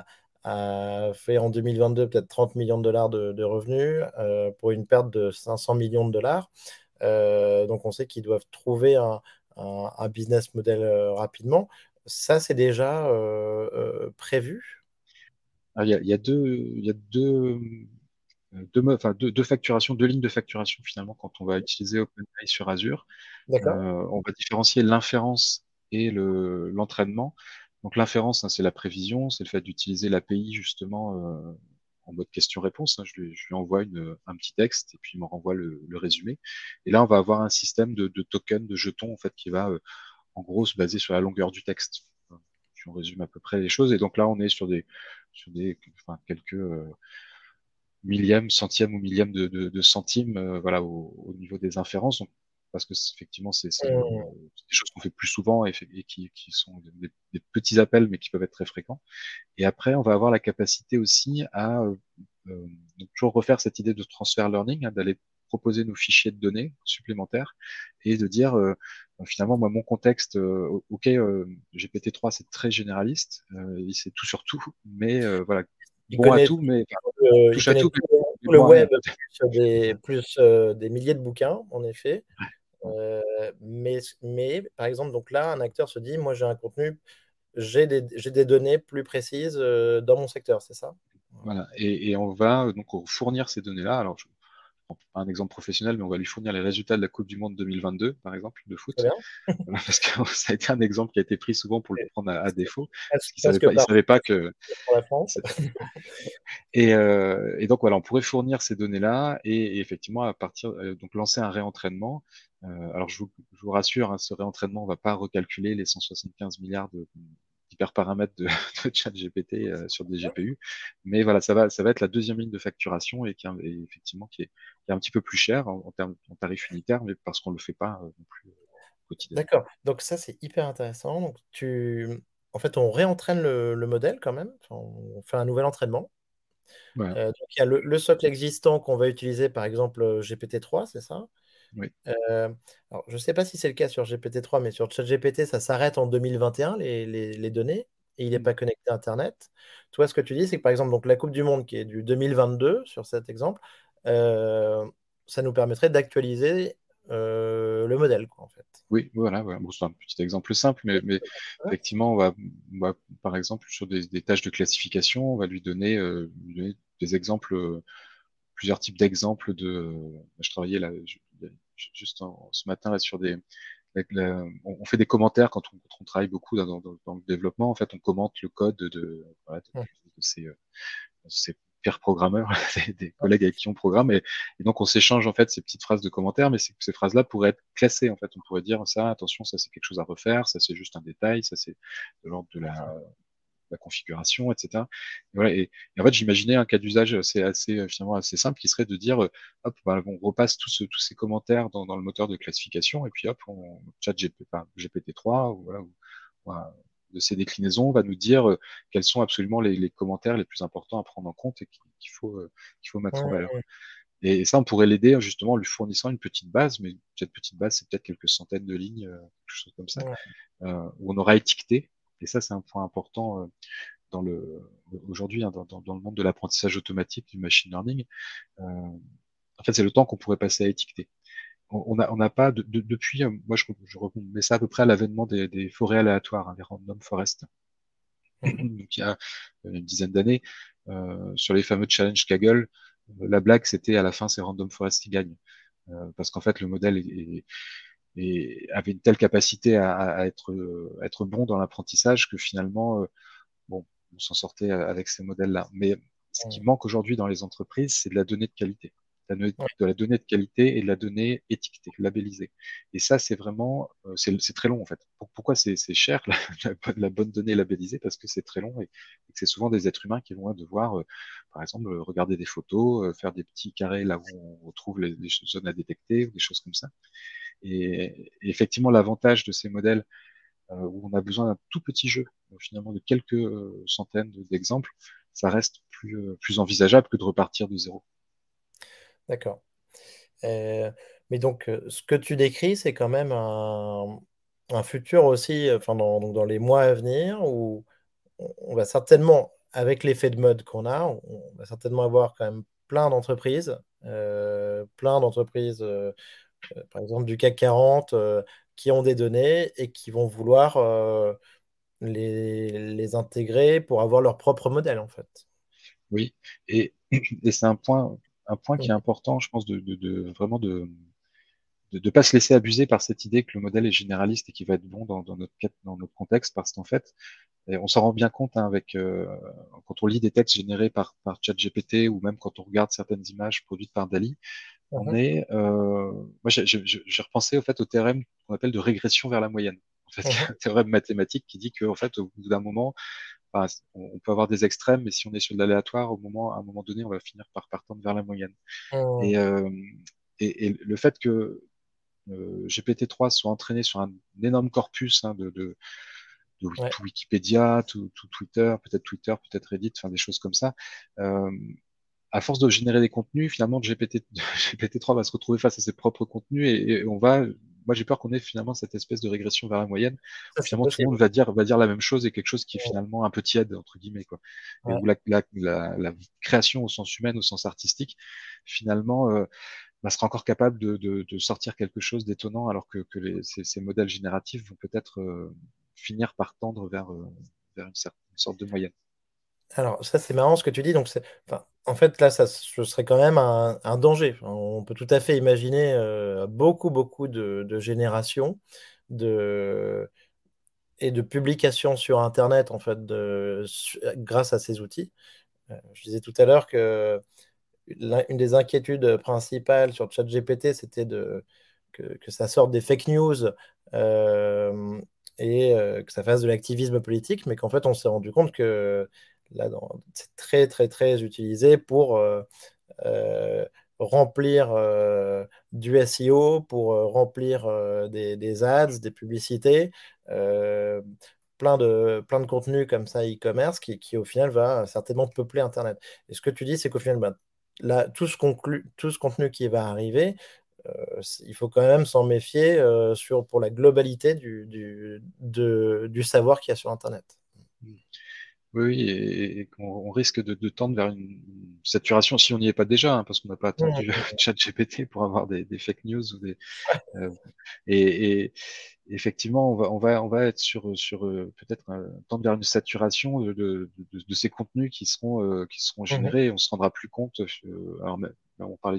a fait en deux mille vingt-deux peut-être trente millions de dollars de, de revenus euh, pour une perte de cinq cents millions de dollars. Euh, donc on sait qu'ils doivent trouver un, un- un business model euh, rapidement. Ça, c'est déjà euh, euh, prévu. Ah, il y a, il y a deux, il y a deux, euh, deux, mo- enfin, deux, deux facturations, deux lignes de facturation finalement quand on va utiliser OpenAI sur Azure. Euh, D'accord? on va différencier l'inférence et le, l'entraînement. Donc l'inférence, hein, c'est la prévision, c'est le fait d'utiliser l'A P I justement euh, en mode question-réponse, hein. Je lui, je lui envoie une, un petit texte et puis il me renvoie le, le résumé. Et là, on va avoir un système de, de tokens, de jetons en fait, qui va euh, en gros se baser sur la longueur du texte. Si on résume à peu près les choses. Et donc là, on est sur des, sur des, enfin, quelques euh, millième, centième ou millième de, de, de centime, euh, voilà, au, au niveau des inférences. Donc, parce que c'est- effectivement, c'est c'est, euh, Hum, c'est des choses qu'on fait plus souvent et, fait- et qui, qui sont des, des petits appels, mais qui peuvent être très fréquents. Et après, on va avoir la capacité aussi à euh, euh, donc toujours refaire cette idée de transfer learning, hein, d'aller proposer nos fichiers de données supplémentaires et de dire euh, finalement moi mon contexte euh, ok euh, G P T trois c'est très généraliste, euh, il sait tout sur tout, mais euh, voilà, Il bon à connaît, tout, mais enfin, euh, il touche à connaît tout, tout mais, le, mais tout le bon à rien. web, plus des, plus, euh, des milliers de bouquins, en effet. Ouais. Euh, mais, mais, par exemple, donc là, un acteur se dit, moi, j'ai un contenu, j'ai des, j'ai des données plus précises euh, dans mon secteur, c'est ça? Voilà. Et, et on va euh, donc fournir ces données-là. Alors, je prends pas un exemple professionnel, mais on va lui fournir les résultats de la Coupe du Monde deux mille vingt-deux, par exemple, de Très foot. bien. Voilà, parce que ça a été un exemple qui a été pris souvent pour le prendre à, à défaut, parce Parce, qu'il parce savait que pas, il par savait pas que. pour la France. Et, euh, et donc voilà, on pourrait fournir ces données-là et, et effectivement à partir euh, donc lancer un réentraînement. Euh, alors je vous, je vous rassure, hein, ce réentraînement, on va pas recalculer les cent soixante-quinze milliards de d'hyperparamètres de, de ChatGPT euh, sur des G P U, mais voilà, ça va, ça va être la deuxième ligne de facturation et qui est, et effectivement qui est, qui est un petit peu plus cher en, en termes en tarif unitaire, mais parce qu'on le fait pas euh, non plus euh, quotidiennement. D'accord. Donc ça, c'est hyper intéressant. Donc tu... En fait, on réentraîne le, le modèle quand même. Enfin, on fait un nouvel entraînement. Voilà. Euh, donc il y a le, le socle existant qu'on va utiliser, par exemple, euh, G P T trois, c'est ça? Oui. Euh, alors, je ne sais pas si c'est le cas sur G P T trois, mais sur ChatGPT, ça s'arrête en deux mille vingt et un, les, les- les données, et il n'est Mm. pas connecté à Internet. Toi, ce que tu dis, c'est que, par exemple, donc, la Coupe du Monde, qui est du deux mille vingt-deux, sur cet exemple, euh, ça nous permettrait d'actualiser euh, le modèle, quoi, en fait. Oui, voilà, voilà. Bon, c'est un petit exemple simple, mais, mais effectivement, on va, on va, par exemple, sur des, des tâches de classification, on va lui donner, euh, lui donner des exemples, euh, plusieurs types d'exemples de. euh, Je travaillais là, je- juste en- ce matin là sur des, avec la- on, on fait des commentaires quand on, quand on travaille beaucoup dans, dans- dans le développement. En fait, on commente le code de, de, voilà, de, Mhm. de ces, euh, ces pires programmeurs, des, des collègues avec qui on programme, et, et donc on s'échange en fait ces petites phrases de commentaires, mais ces, ces phrases-là pourraient être classées. En fait, on pourrait dire ça, attention, ça c'est quelque chose à refaire, ça c'est juste un détail, ça c'est de l'ordre de la la configuration, et cetera. Et, voilà, et, et en fait, j'imaginais un cas d'usage assez, assez, euh, finalement assez simple qui serait de dire, euh, hop, bah, on repasse tous, ce- tous ces commentaires dans, dans le moteur de classification et puis hop, on chat G P, enfin, G P T trois ou voilà, ou, voilà, de ces déclinaisons va nous dire euh, quels sont absolument les, les commentaires les plus importants à prendre en compte et qu'il qu'il faut, euh, qu'il faut mettre en valeur. Mhm. Et ça, on pourrait l'aider justement en lui fournissant une petite base, mais cette petite base, c'est peut-être quelques centaines de lignes, euh, quelque chose comme ça, Ouais. euh, où on aura étiqueté. Et ça, c'est un point important euh, dans le aujourd'hui hein, dans, dans, dans le monde de l'apprentissage automatique du machine learning. Euh, en fait, c'est le temps qu'on pourrait passer à étiqueter. On n'a on n'a pas de, de, depuis, euh, moi je, je remets ça à peu près à l'avènement des, des forêts aléatoires, hein, les random forests. Mhm. Donc il y a une dizaine d'années, euh, sur les fameux challenges Kaggle, euh, la blague c'était à la fin c'est random forest qui gagne, euh, parce qu'en fait le modèle est, est, est, avait une telle capacité à, à être, à être bon dans l'apprentissage que finalement euh, bon, on s'en sortait avec ces modèles-là. Mais ce qui Mhm. manque aujourd'hui dans les entreprises, c'est de la donnée de qualité. De la Ouais. de la donnée de qualité et de la donnée étiquetée, labellisée. Et ça, c'est vraiment, euh, c'est c'est très long en fait. Pour- Pourquoi c'est c'est cher la, la bonne la bonne donnée labellisée? Parce que c'est très long et, et que c'est souvent des êtres humains qui vont devoir, euh, par exemple, euh, regarder des photos, euh, faire des petits carrés là où on retrouve les, les zones à détecter ou des choses comme ça. Et, et effectivement, l'avantage de ces modèles euh, où on a besoin d'un tout petit jeu, euh, finalement de quelques euh, centaines de- d'exemples, ça reste plus, euh, plus envisageable que de repartir de zéro. D'accord. Euh, mais donc, euh, ce que tu décris, c'est quand même un, un futur aussi, enfin, dans, donc dans les mois à venir, où on, on va certainement, avec l'effet de mode qu'on a, on, on va certainement avoir quand même plein d'entreprises, euh, plein d'entreprises, euh, euh, par exemple du CAC quarante, euh, qui ont des données et qui vont vouloir euh, les, les intégrer pour avoir leur propre modèle, en fait. Oui, et, et c'est un point, un point qui est Mhm. important, je pense, de, de, de vraiment de de ne pas se laisser abuser par cette idée que le modèle est généraliste et qu'il va être bon dans, dans notre quête- dans notre contexte, parce qu'en fait, et on s'en rend bien compte hein, avec euh, quand on lit des textes générés par, par ChatGPT ou même quand on regarde certaines images produites par Dali, on Mhm. est, euh, moi j'ai j'ai- j'ai repensé au fait au théorème qu'on appelle de régression vers la moyenne. En fait, Mhm. un théorème mathématique qui dit qu'en fait, au bout d'un moment, enfin, on, on peut avoir des extrêmes, mais si on est sur de l'aléatoire, au moment, à un moment donné, on va finir par, par tendre vers la moyenne. Et, Mhm. euh, et, et le fait que euh, G P T trois soit entraîné sur un énorme corpus hein, de, de, de Ouais. tout Wikipédia, tout, tout Twitter, peut-être Twitter, peut-être Reddit, enfin des choses comme ça. Euh, à force de générer des contenus, finalement, G P T, G P T trois va se retrouver face à ses propres contenus et, et on va, moi j'ai peur qu'on ait finalement cette espèce de régression vers la moyenne, Ça, où c'est finalement tout le possible. monde va dire, va dire la même chose et quelque chose qui est finalement un peu tiède, entre guillemets, quoi. Et Ouais. où la, la, la, la création au sens humain, au sens artistique, finalement, euh, bah, sera encore capable de, de, de sortir quelque chose d'étonnant, alors que, que les, ces, ces modèles génératifs vont peut-être euh, finir par tendre vers, euh, vers une, certaine, une sorte de moyenne. Alors, ça, c'est marrant ce que tu dis. Donc, c'est, enfin, en fait, là, ça, ce serait quand même un, un danger. Enfin, on peut tout à fait imaginer euh, beaucoup, beaucoup de, de générations de, et de publications sur Internet, en fait, de, su- grâce à ces outils. Euh, je disais tout à l'heure que l'un- une des inquiétudes principales sur ChatGPT, c'était de, que, que ça sorte des fake news euh, et euh, que ça fasse de l'activisme politique, mais qu'en fait, on s'est rendu compte que là, dans- c'est très, très, très utilisé pour euh, euh, remplir euh, du S E O, pour euh, remplir euh, des, des ads, des publicités. euh, plein de, plein de contenus comme ça e-commerce qui, qui, au final va certainement peupler Internet. Et ce que tu dis, c'est qu'au final, ben, là, tout ce, conclu- tout ce contenu qui va arriver, euh, c- il faut quand même s'en méfier euh, sur, pour la globalité du, du, de- du savoir qu'il y a sur Internet. Oui, oui, et, et qu'on on risque de, de tendre vers une, une saturation si on n'y est pas déjà, hein, parce qu'on n'a pas attendu Mhm. ChatGPT pour avoir des, des fake news ou des, euh, et, et effectivement, on va, on va, on va être sur, sur euh, peut-être euh, tendre vers une saturation de, de, de, de ces contenus qui seront, euh, qui seront Mhm. générés. Et on se rendra plus compte. Euh, alors, mais- là, on parlait du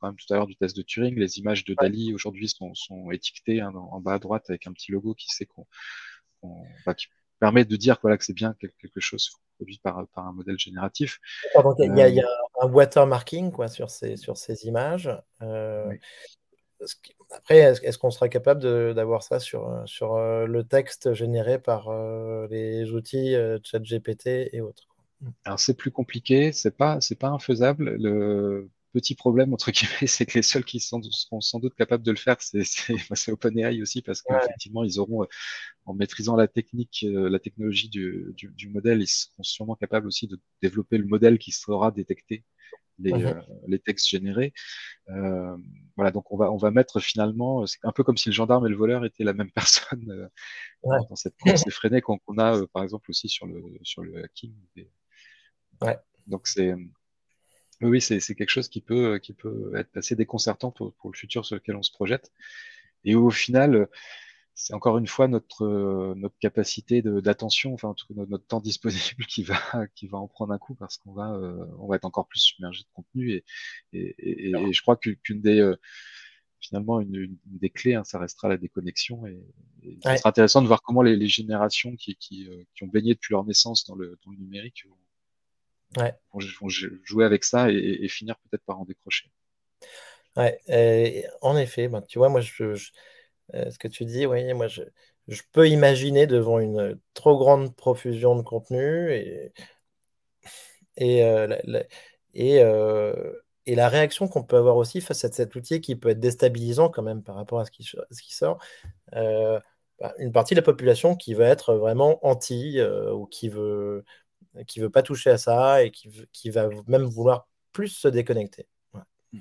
quand même tout à l'heure du test de Turing, les images de Ouais, Dali aujourd'hui sont, sont étiquetées hein, en, en bas à droite avec un petit logo qui sait qu'on, qu'on- bah, qui permet de dire voilà, que c'est bien quel- quelque chose produit par, par un modèle génératif. d'accord, donc il y a, Euh, il y a un watermarking quoi, sur ces, sur ces images. Euh, oui. est-ce que- après, est-ce, est-ce qu'on sera capable de- d'avoir ça sur, euh, sur euh, le texte généré par euh, les outils euh, ChatGPT et autres? Alors c'est plus compliqué, c'est pas c'est pas infaisable. Le petit problème entre guillemets, c'est que les seuls qui sont- seront sans doute capables de le faire, c'est c'est bah, c'est OpenAI aussi parce Ouais. qu'effectivement ils auront, euh, en maîtrisant la technique, euh, la technologie du, du, du modèle, ils seront sûrement capables aussi de développer le modèle qui saura détecter les Mhm. euh, les textes générés. Euh, voilà, donc on va on va mettre finalement, c'est un peu comme si le gendarme et le voleur étaient la même personne euh, Ouais. dans, dans cette course effrénée qu'on qu'on a euh, par exemple aussi sur le sur le hacking. Et Ouais. donc c'est Oui, oui, c'est c'est quelque chose qui peut, qui peut être assez déconcertant pour, pour le futur sur lequel on se projette. Et où, au final, euh, c'est encore une fois notre, euh, notre capacité de- d'attention, enfin, en tout cas, notre, notre temps disponible qui va, qui va en prendre un coup parce qu'on va, euh, on va être encore plus submergé de contenu. Et, et, et, et je crois que- qu'une des, euh, finalement, une, une des clés, hein, ça restera la déconnexion. Et, et ça Ouais. sera intéressant de voir comment les, les générations qui, qui, euh, qui ont baigné depuis leur naissance dans le, dans le numérique vont, Ouais. vont vont jouer avec ça et, et finir peut-être par en décrocher. Ouais. Et en effet, ben, tu vois, moi, je, je- euh, ce que tu dis, oui, moi, je, je peux imaginer devant une trop grande profusion de contenu et, et, euh, la, la- et, euh, et la réaction qu'on peut avoir aussi face à cet outil qui peut être déstabilisant quand même par rapport à ce qui, ce qui sort. Euh, bah, une partie de la population qui va être vraiment anti euh, ou qui veut, qui veut pas toucher à ça et qui, veut- qui va même vouloir plus se déconnecter. Ouais.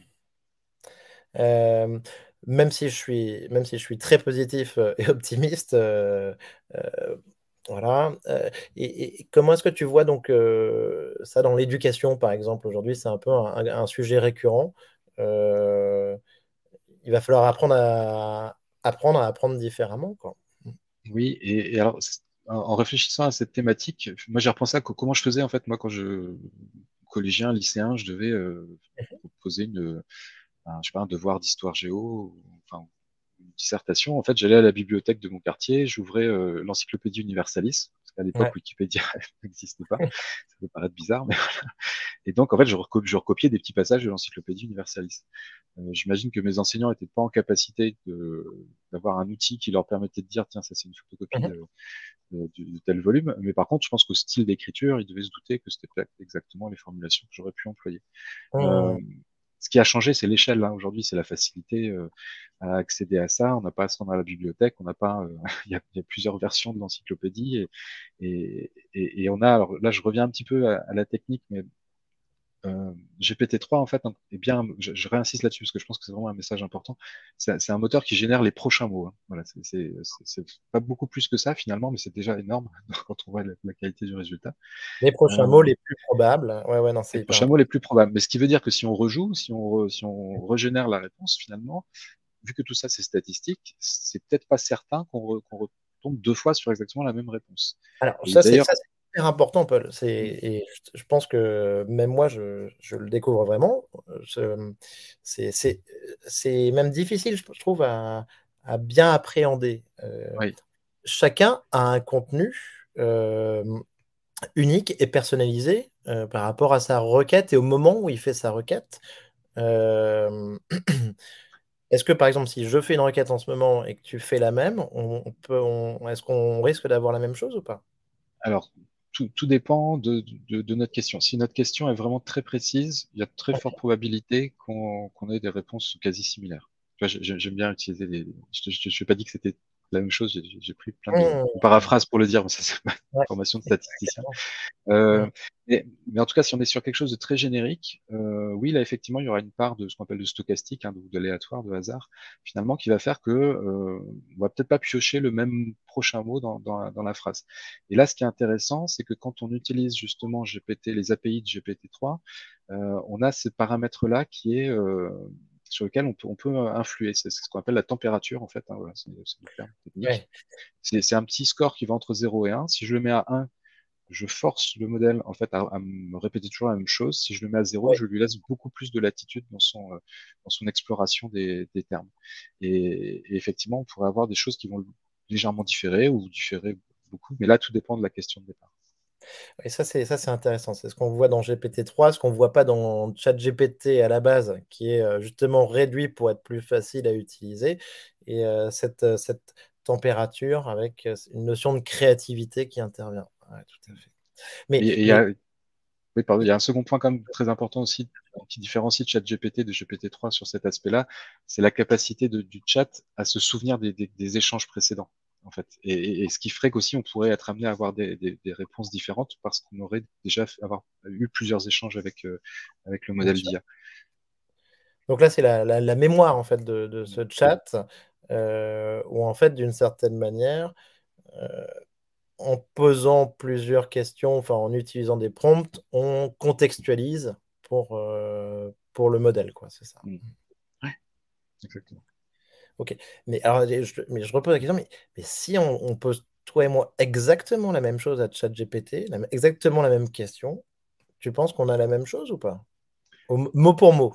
Euh, même si je suis, même si je suis très positif euh, et optimiste, euh, euh, voilà. Euh, et, et comment est-ce que tu vois donc euh, ça dans l'éducation, par exemple, aujourd'hui, c'est un peu un, un sujet récurrent. Euh, il va falloir apprendre à apprendre à apprendre différemment, quoi. Oui, et, et alors, c'est- en en réfléchissant à cette thématique, moi j'ai repensé à co- comment je faisais en fait, moi quand je collégien, lycéen, je devais euh, poser une, un, je sais pas, un devoir d'histoire géo, ou- enfin une dissertation. En fait, j'allais à la bibliothèque de mon quartier, j'ouvrais euh, l'encyclopédie Universalis, parce qu'à l'époque Ouais. Wikipédia n'existait pas. Ça peut paraître bizarre, mais et donc en fait, je, reco- je recopiais des petits passages de l'encyclopédie Universalis. Euh, j'imagine que mes enseignants n'étaient pas en capacité de d'avoir un outil qui leur permettait de dire tiens ça c'est une photocopie Mhm. de, de, de tel volume, mais par contre je pense qu'au style d'écriture ils devaient se douter que c'était pas exactement les formulations que j'aurais pu employer. Euh, Mhm. ce qui a changé c'est l'échelle, hein. Aujourd'hui c'est la facilité euh, à accéder à ça, on n'a pas à se rendre à la bibliothèque, on n'a pas euh, il y, a, il y a plusieurs versions de l'encyclopédie et, et, et, et on a alors là je reviens un petit peu à, à la technique mais euh, G P T trois, en fait, hein, eh bien, je, je réinsiste là-dessus parce que je pense que c'est vraiment un message important. C'est c'est un moteur qui génère les prochains mots, hein. Voilà, c'est c'est- c'est- c'est pas beaucoup plus que ça finalement, mais c'est déjà énorme quand on voit la, la qualité du résultat. Les prochains Euh, mots les plus probables. Ouais, ouais, non, les c'est hyper prochains mots important. les plus probables. Mais ce qui veut dire que si on rejoue, si on, re- si on régénère la réponse, finalement, vu que tout ça c'est statistique, c'est peut-être pas certain qu'on re- qu'on retombe deux fois sur exactement la même réponse. Alors, Et ça, c'est d'ailleurs, ça, c'est hyper important, Paul. C'est, mm, et je, je pense que même moi, je, je le découvre vraiment. Je- c'est, c'est, c'est même difficile, je trouve, à, à bien appréhender. Euh, oui, chacun a un contenu euh, unique et personnalisé euh, par rapport à sa requête et au moment où il fait sa requête. Euh, Est-ce que, par exemple, si je fais une requête en ce moment et que tu fais la même, on, on peut, on- est-ce qu'on risque d'avoir la même chose ou pas? alors, tout, tout dépend de, de, de notre question. Si notre question est vraiment très précise, il y a de très fortes probabilités qu'on qu'on ait des réponses quasi similaires. Tu vois, j'ai- j'ai- j'aime bien utiliser les. Je ne pas dit que c'était la même chose. J'ai j'ai pris plein de, de Mmh. paraphrases pour le dire, mais ça c'est ma Ouais, formation de statisticien. carrément. Euh, Mmh. mais, mais en tout cas, si on est sur quelque chose de très générique, euh, oui, là, effectivement, il y aura une part de ce qu'on appelle de stochastique, hein, de- d'aléatoire, de hasard, finalement, qui va faire que euh, on va peut-être pas piocher le même prochain mot dans, dans, la, dans la phrase. Et là, ce qui est intéressant, c'est que quand on utilise justement G P T, les A P I de G P T trois, euh, on a ce paramètre-là qui est euh, sur lequel on peut, on peut influer. C'est c'est ce qu'on appelle la température, en fait. Hein, voilà, c'est c'est le terme technique. Ouais. C'est c'est un petit score qui va entre zéro et un. Si je le mets à un, je force le modèle en fait à, à me répéter toujours la même chose. Si je le mets à zéro, Ouais. je lui laisse beaucoup plus de latitude dans son, euh, dans son exploration des, des termes. Et, et effectivement, on pourrait avoir des choses qui vont légèrement différer ou différer beaucoup, mais là, tout dépend de la question de départ. Et ça, c'est ça, c'est intéressant. C'est ce qu'on voit dans G P T trois, ce qu'on ne voit pas dans ChatGPT à la base, qui est euh, justement réduit pour être plus facile à utiliser. Et euh, cette, euh, cette température avec euh, une notion de créativité qui intervient. Ouais, tout à fait. Mais, Et il y mais a, oui, pardon, il y a un second point quand même très important aussi qui différencie ChatGPT de G P T trois sur cet aspect-là, c'est la capacité de, du chat à se souvenir des, des, des échanges précédents, en fait. Et, et, et ce qui ferait qu'aussi on pourrait être amené à avoir des, des, des réponses différentes parce qu'on aurait déjà fait, avoir eu plusieurs échanges avec, euh, avec le bien modèle sûr. d'I A. Donc là, c'est la, la- la mémoire en fait de, de ce chat, euh, où en fait, d'une certaine manière, euh, en posant plusieurs questions, enfin en utilisant des prompts, on contextualise pour, euh, pour le modèle, quoi, c'est ça. Mm. Ouais, exactement. Ok. Mais alors, je, mais je repose la question, mais, mais si on, on pose toi et moi exactement la même chose à ChatGPT, la- exactement la même question, tu penses qu'on a la même chose ou pas? Au m- mot pour mot.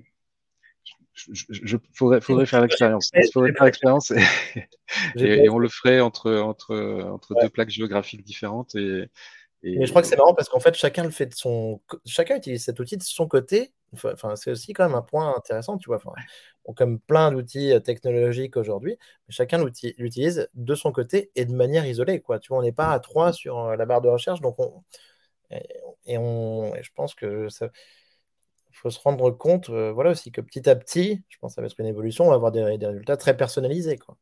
Je, je, je- faudrait, J'ai faudrait faire l'expérience. Il faudrait j'ai faire pas, l'expérience et, j'ai et, et pas- on le ferait entre, entre, entre deux plaques géographiques différentes et, Mais je crois que c'est et marrant parce qu'en fait, chacun le fait de son, co- chacun utilise cet outil de son côté. Enfin, enfin, c'est aussi quand même un point intéressant, tu vois. Enfin, bon, comme plein d'outils euh, technologiques aujourd'hui, chacun l'outil- l'utilise de son côté et de manière isolée, quoi. Tu vois, on n'est pas à trois sur euh, la barre de recherche, donc on, et, et on, et je pense que ça, faut se rendre compte, euh, voilà aussi que petit à petit, je pense que ça va être une évolution, on va avoir des, des résultats très personnalisés, quoi.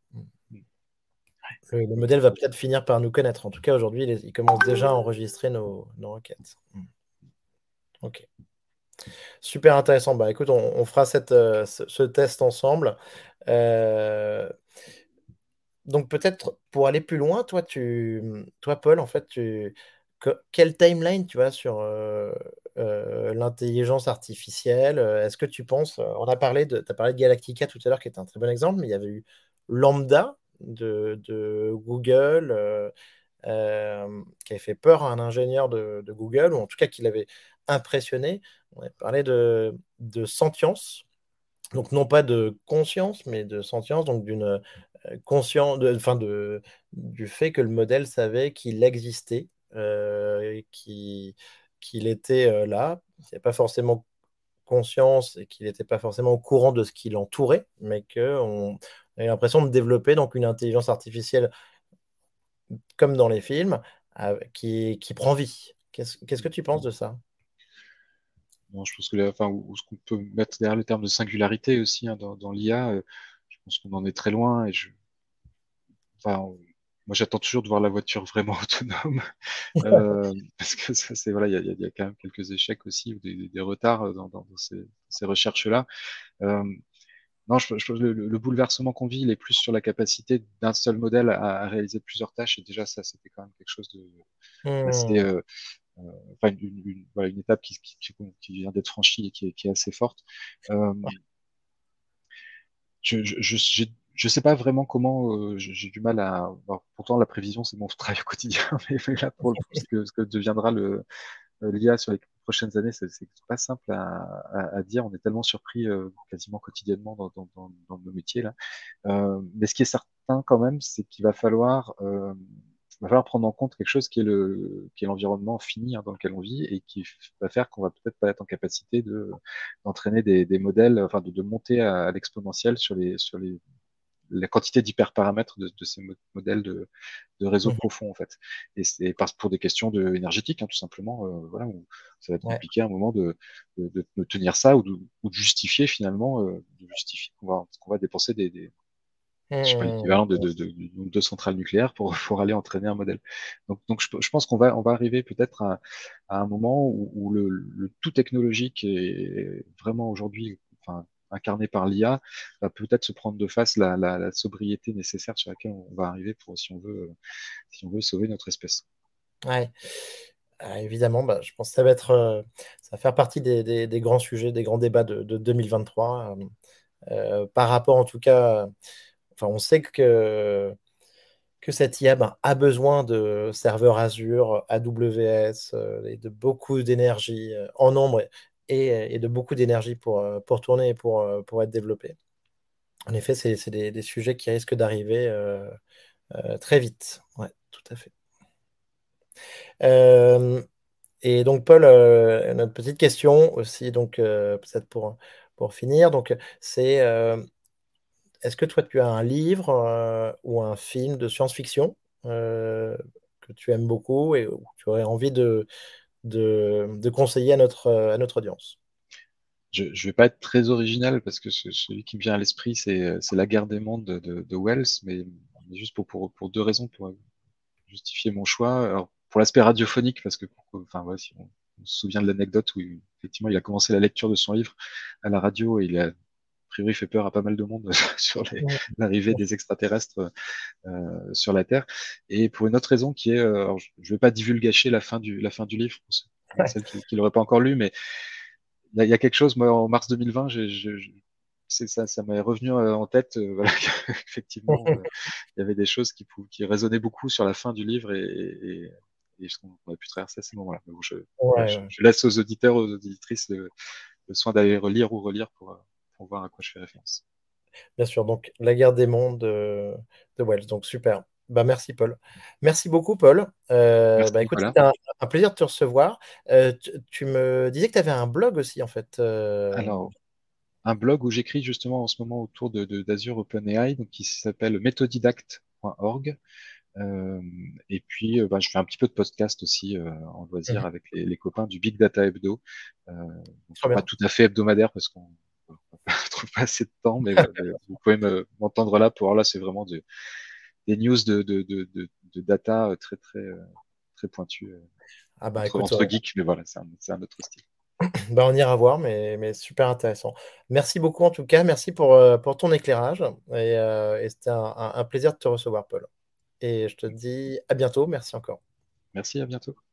Le, le modèle va peut-être finir par nous connaître. En tout cas, aujourd'hui, il, est- il commence déjà à enregistrer nos, nos requêtes. Mm. Ok. Super intéressant. Bah, écoute, on, on fera cette, euh, ce, ce test ensemble. Euh, donc, peut-être pour aller plus loin, toi, tu, toi, Paul, en fait, tu, que- quelle timeline tu as sur euh, euh, l'intelligence artificielle? Euh, Est-ce que tu penses, euh, on a parlé de, tu as parlé de Galactica tout à l'heure, qui est un très bon exemple, mais il y avait eu Lambda de, de Google, euh, euh, qui avait fait peur à un ingénieur de, de Google, ou en tout cas qui l'avait impressionné. On a parlé de, de sentience, donc non pas de conscience, mais de sentience, donc d'une euh, conscience, de, enfin de, du fait que le modèle savait qu'il existait, euh, et qu'il qu'il était euh, là. Il n'y avait pas forcément conscience et qu'il n'était pas forcément au courant de ce qui l'entourait, mais qu'on a l'impression de développer donc une intelligence artificielle comme dans les films, euh, qui, qui prend vie. Qu'est-ce, qu'est-ce que tu penses de ça? non, je pense que la- enfin, ou, ou ce qu'on peut mettre derrière le terme de singularité aussi hein, dans, dans l'I A, euh, je pense qu'on en est très loin. Et je, enfin, on- moi, j'attends toujours de voir la voiture vraiment autonome, euh, parce que ça, c'est voilà, il y a, il y a- il y a quand même quelques échecs aussi ou des, des retards euh, dans, dans, dans ces, dans ces recherches-là. Euh, non, je, je, le, le bouleversement qu'on vit, il est plus sur la capacité d'un seul modèle à, à réaliser plusieurs tâches. Et déjà, ça, c'était quand même quelque chose de assez, Hmm. euh, euh, enfin, une, une, voilà, une étape qui, qui, qui, qui vient d'être franchie et qui est, qui est assez forte. Euh, je, je, je, j'ai- je sais pas vraiment comment, euh, j'ai j'ai du mal à. Alors, pourtant, la prévision, c'est mon travail au quotidien, mais, mais là, pour, le- pour ce que, ce que deviendra le euh, l'I A sur les prochaines années, c'est c'est pas simple à, à, à dire. On est tellement surpris euh, quasiment quotidiennement dans, dans, dans, dans nos métiers là. Euh, mais ce qui est certain quand même, c'est qu'il va falloir, euh, il va falloir prendre en compte quelque chose qui est le, qui est l'environnement fini hein, dans lequel on vit et qui va faire qu'on va peut-être pas être en capacité de d'entraîner des, des modèles, enfin de, de monter à, à l'exponentielle sur les sur les la quantité d'hyperparamètres de, de ces mo- modèles de, de réseaux Mhm. profonds en fait. Et c'est parce pour des questions de énergétiques hein, tout simplement. Euh, voilà, où ça va être Ouais. compliqué à un moment de, de, de, de tenir ça ou de, ou de justifier finalement, euh, de justifier qu'on va qu'on va dépenser des, des je sais pas, Hmm. l'équivalent de, de, de, de deux centrales nucléaires pour, pour aller entraîner un modèle. Donc, donc je, je pense qu'on va, on va arriver peut-être à, à un moment où, où le, le tout technologique est vraiment aujourd'hui enfin, incarné par l'I A va peut-être se prendre de face la, la, la sobriété nécessaire sur laquelle on va arriver pour si on veut, si on veut sauver notre espèce. Ouais. Ah, évidemment, bah, je pense que ça va être, euh, ça va faire partie des, des- des grands sujets, des grands débats de, de deux mille vingt-trois. Euh, euh, par rapport, en tout cas, enfin, on sait que que cette I A ben, a besoin de serveurs Azure, A W S euh, et de beaucoup d'énergie euh, en nombre et, et de beaucoup d'énergie pour, euh, pour tourner et pour, euh, pour être développé. En effet, c'est c'est des, des sujets qui risquent d'arriver euh, euh, très vite. Ouais, tout à fait. Euh, et donc, Paul, euh, notre petite question aussi, donc euh, peut-être pour, pour finir, donc c'est euh, est-ce que toi, tu as un livre euh, ou un film de science-fiction euh, que tu aimes beaucoup et où tu aurais envie de, de, de conseiller à notre, à notre audience? Je ne vais pas être très original parce que ce- celui qui me vient à l'esprit, c'est c'est La guerre des mondes de, de, de Wells, mais, mais juste pour, pour, pour deux raisons, pour justifier mon choix. Alors, pour l'aspect radiophonique, parce que enfin, ouais, si on, on se souvient de l'anecdote où il- effectivement il a commencé la lecture de son livre à la radio et il a a priori fait peur à pas mal de monde sur les- Ouais. l'arrivée des extraterrestres euh, sur la Terre. Et pour une autre raison qui est, euh, alors, je ne vais pas divulgacher la fin du, la fin du livre pour ceux- celles qui ne l'auraient pas encore lu, mais il y, a il y a quelque chose, moi, en mars deux mille vingt, j'ai, je, je- c'est ça, ça m'est revenu euh, en tête, euh, voilà, effectivement, euh, il y avait des choses qui, pou- qui résonnaient beaucoup sur la fin du livre et, et, et ce qu'on qu'on a pu traverser à ces moments-là. Mais bon, je, voilà, Ouais, je, ouais. je laisse aux auditeurs, aux auditrices le, le soin d'aller relire ou relire pour, euh, pour voir à quoi je fais référence. Bien sûr, donc La guerre des mondes de, de Wells. Donc super. Bah, merci Paul. Merci beaucoup Paul. Euh, Merci bah, écoute, Nicolas. c'était un, un plaisir de te recevoir. Euh, tu, tu me disais que tu avais un blog aussi en fait. Euh, Alors, un blog où j'écris justement en ce moment autour de, de- d'Azure OpenAI, donc qui s'appelle méthodidact point org. Euh, et puis, euh, bah, je fais un petit peu de podcast aussi euh, en loisir mhm. avec les, les copains du Big Data Hebdo. Euh, donc, Très pas bien. tout à fait hebdomadaire parce qu'on ne trouve pas assez de temps, mais, voilà, mais vous pouvez me- m'entendre là. Pour là, c'est vraiment de- des news de, de, de, de, de data euh, très très euh, très pointues euh, Ah bah entre écoute, entre on, geeks, mais voilà, c'est un, c'est un autre style. bah, on ira voir, mais, mais super intéressant. Merci beaucoup en tout cas. Merci pour, euh, pour ton éclairage. Et, euh, et c'était un, un un plaisir de te recevoir Paul. Et je te dis à bientôt. Merci encore. Merci, à bientôt.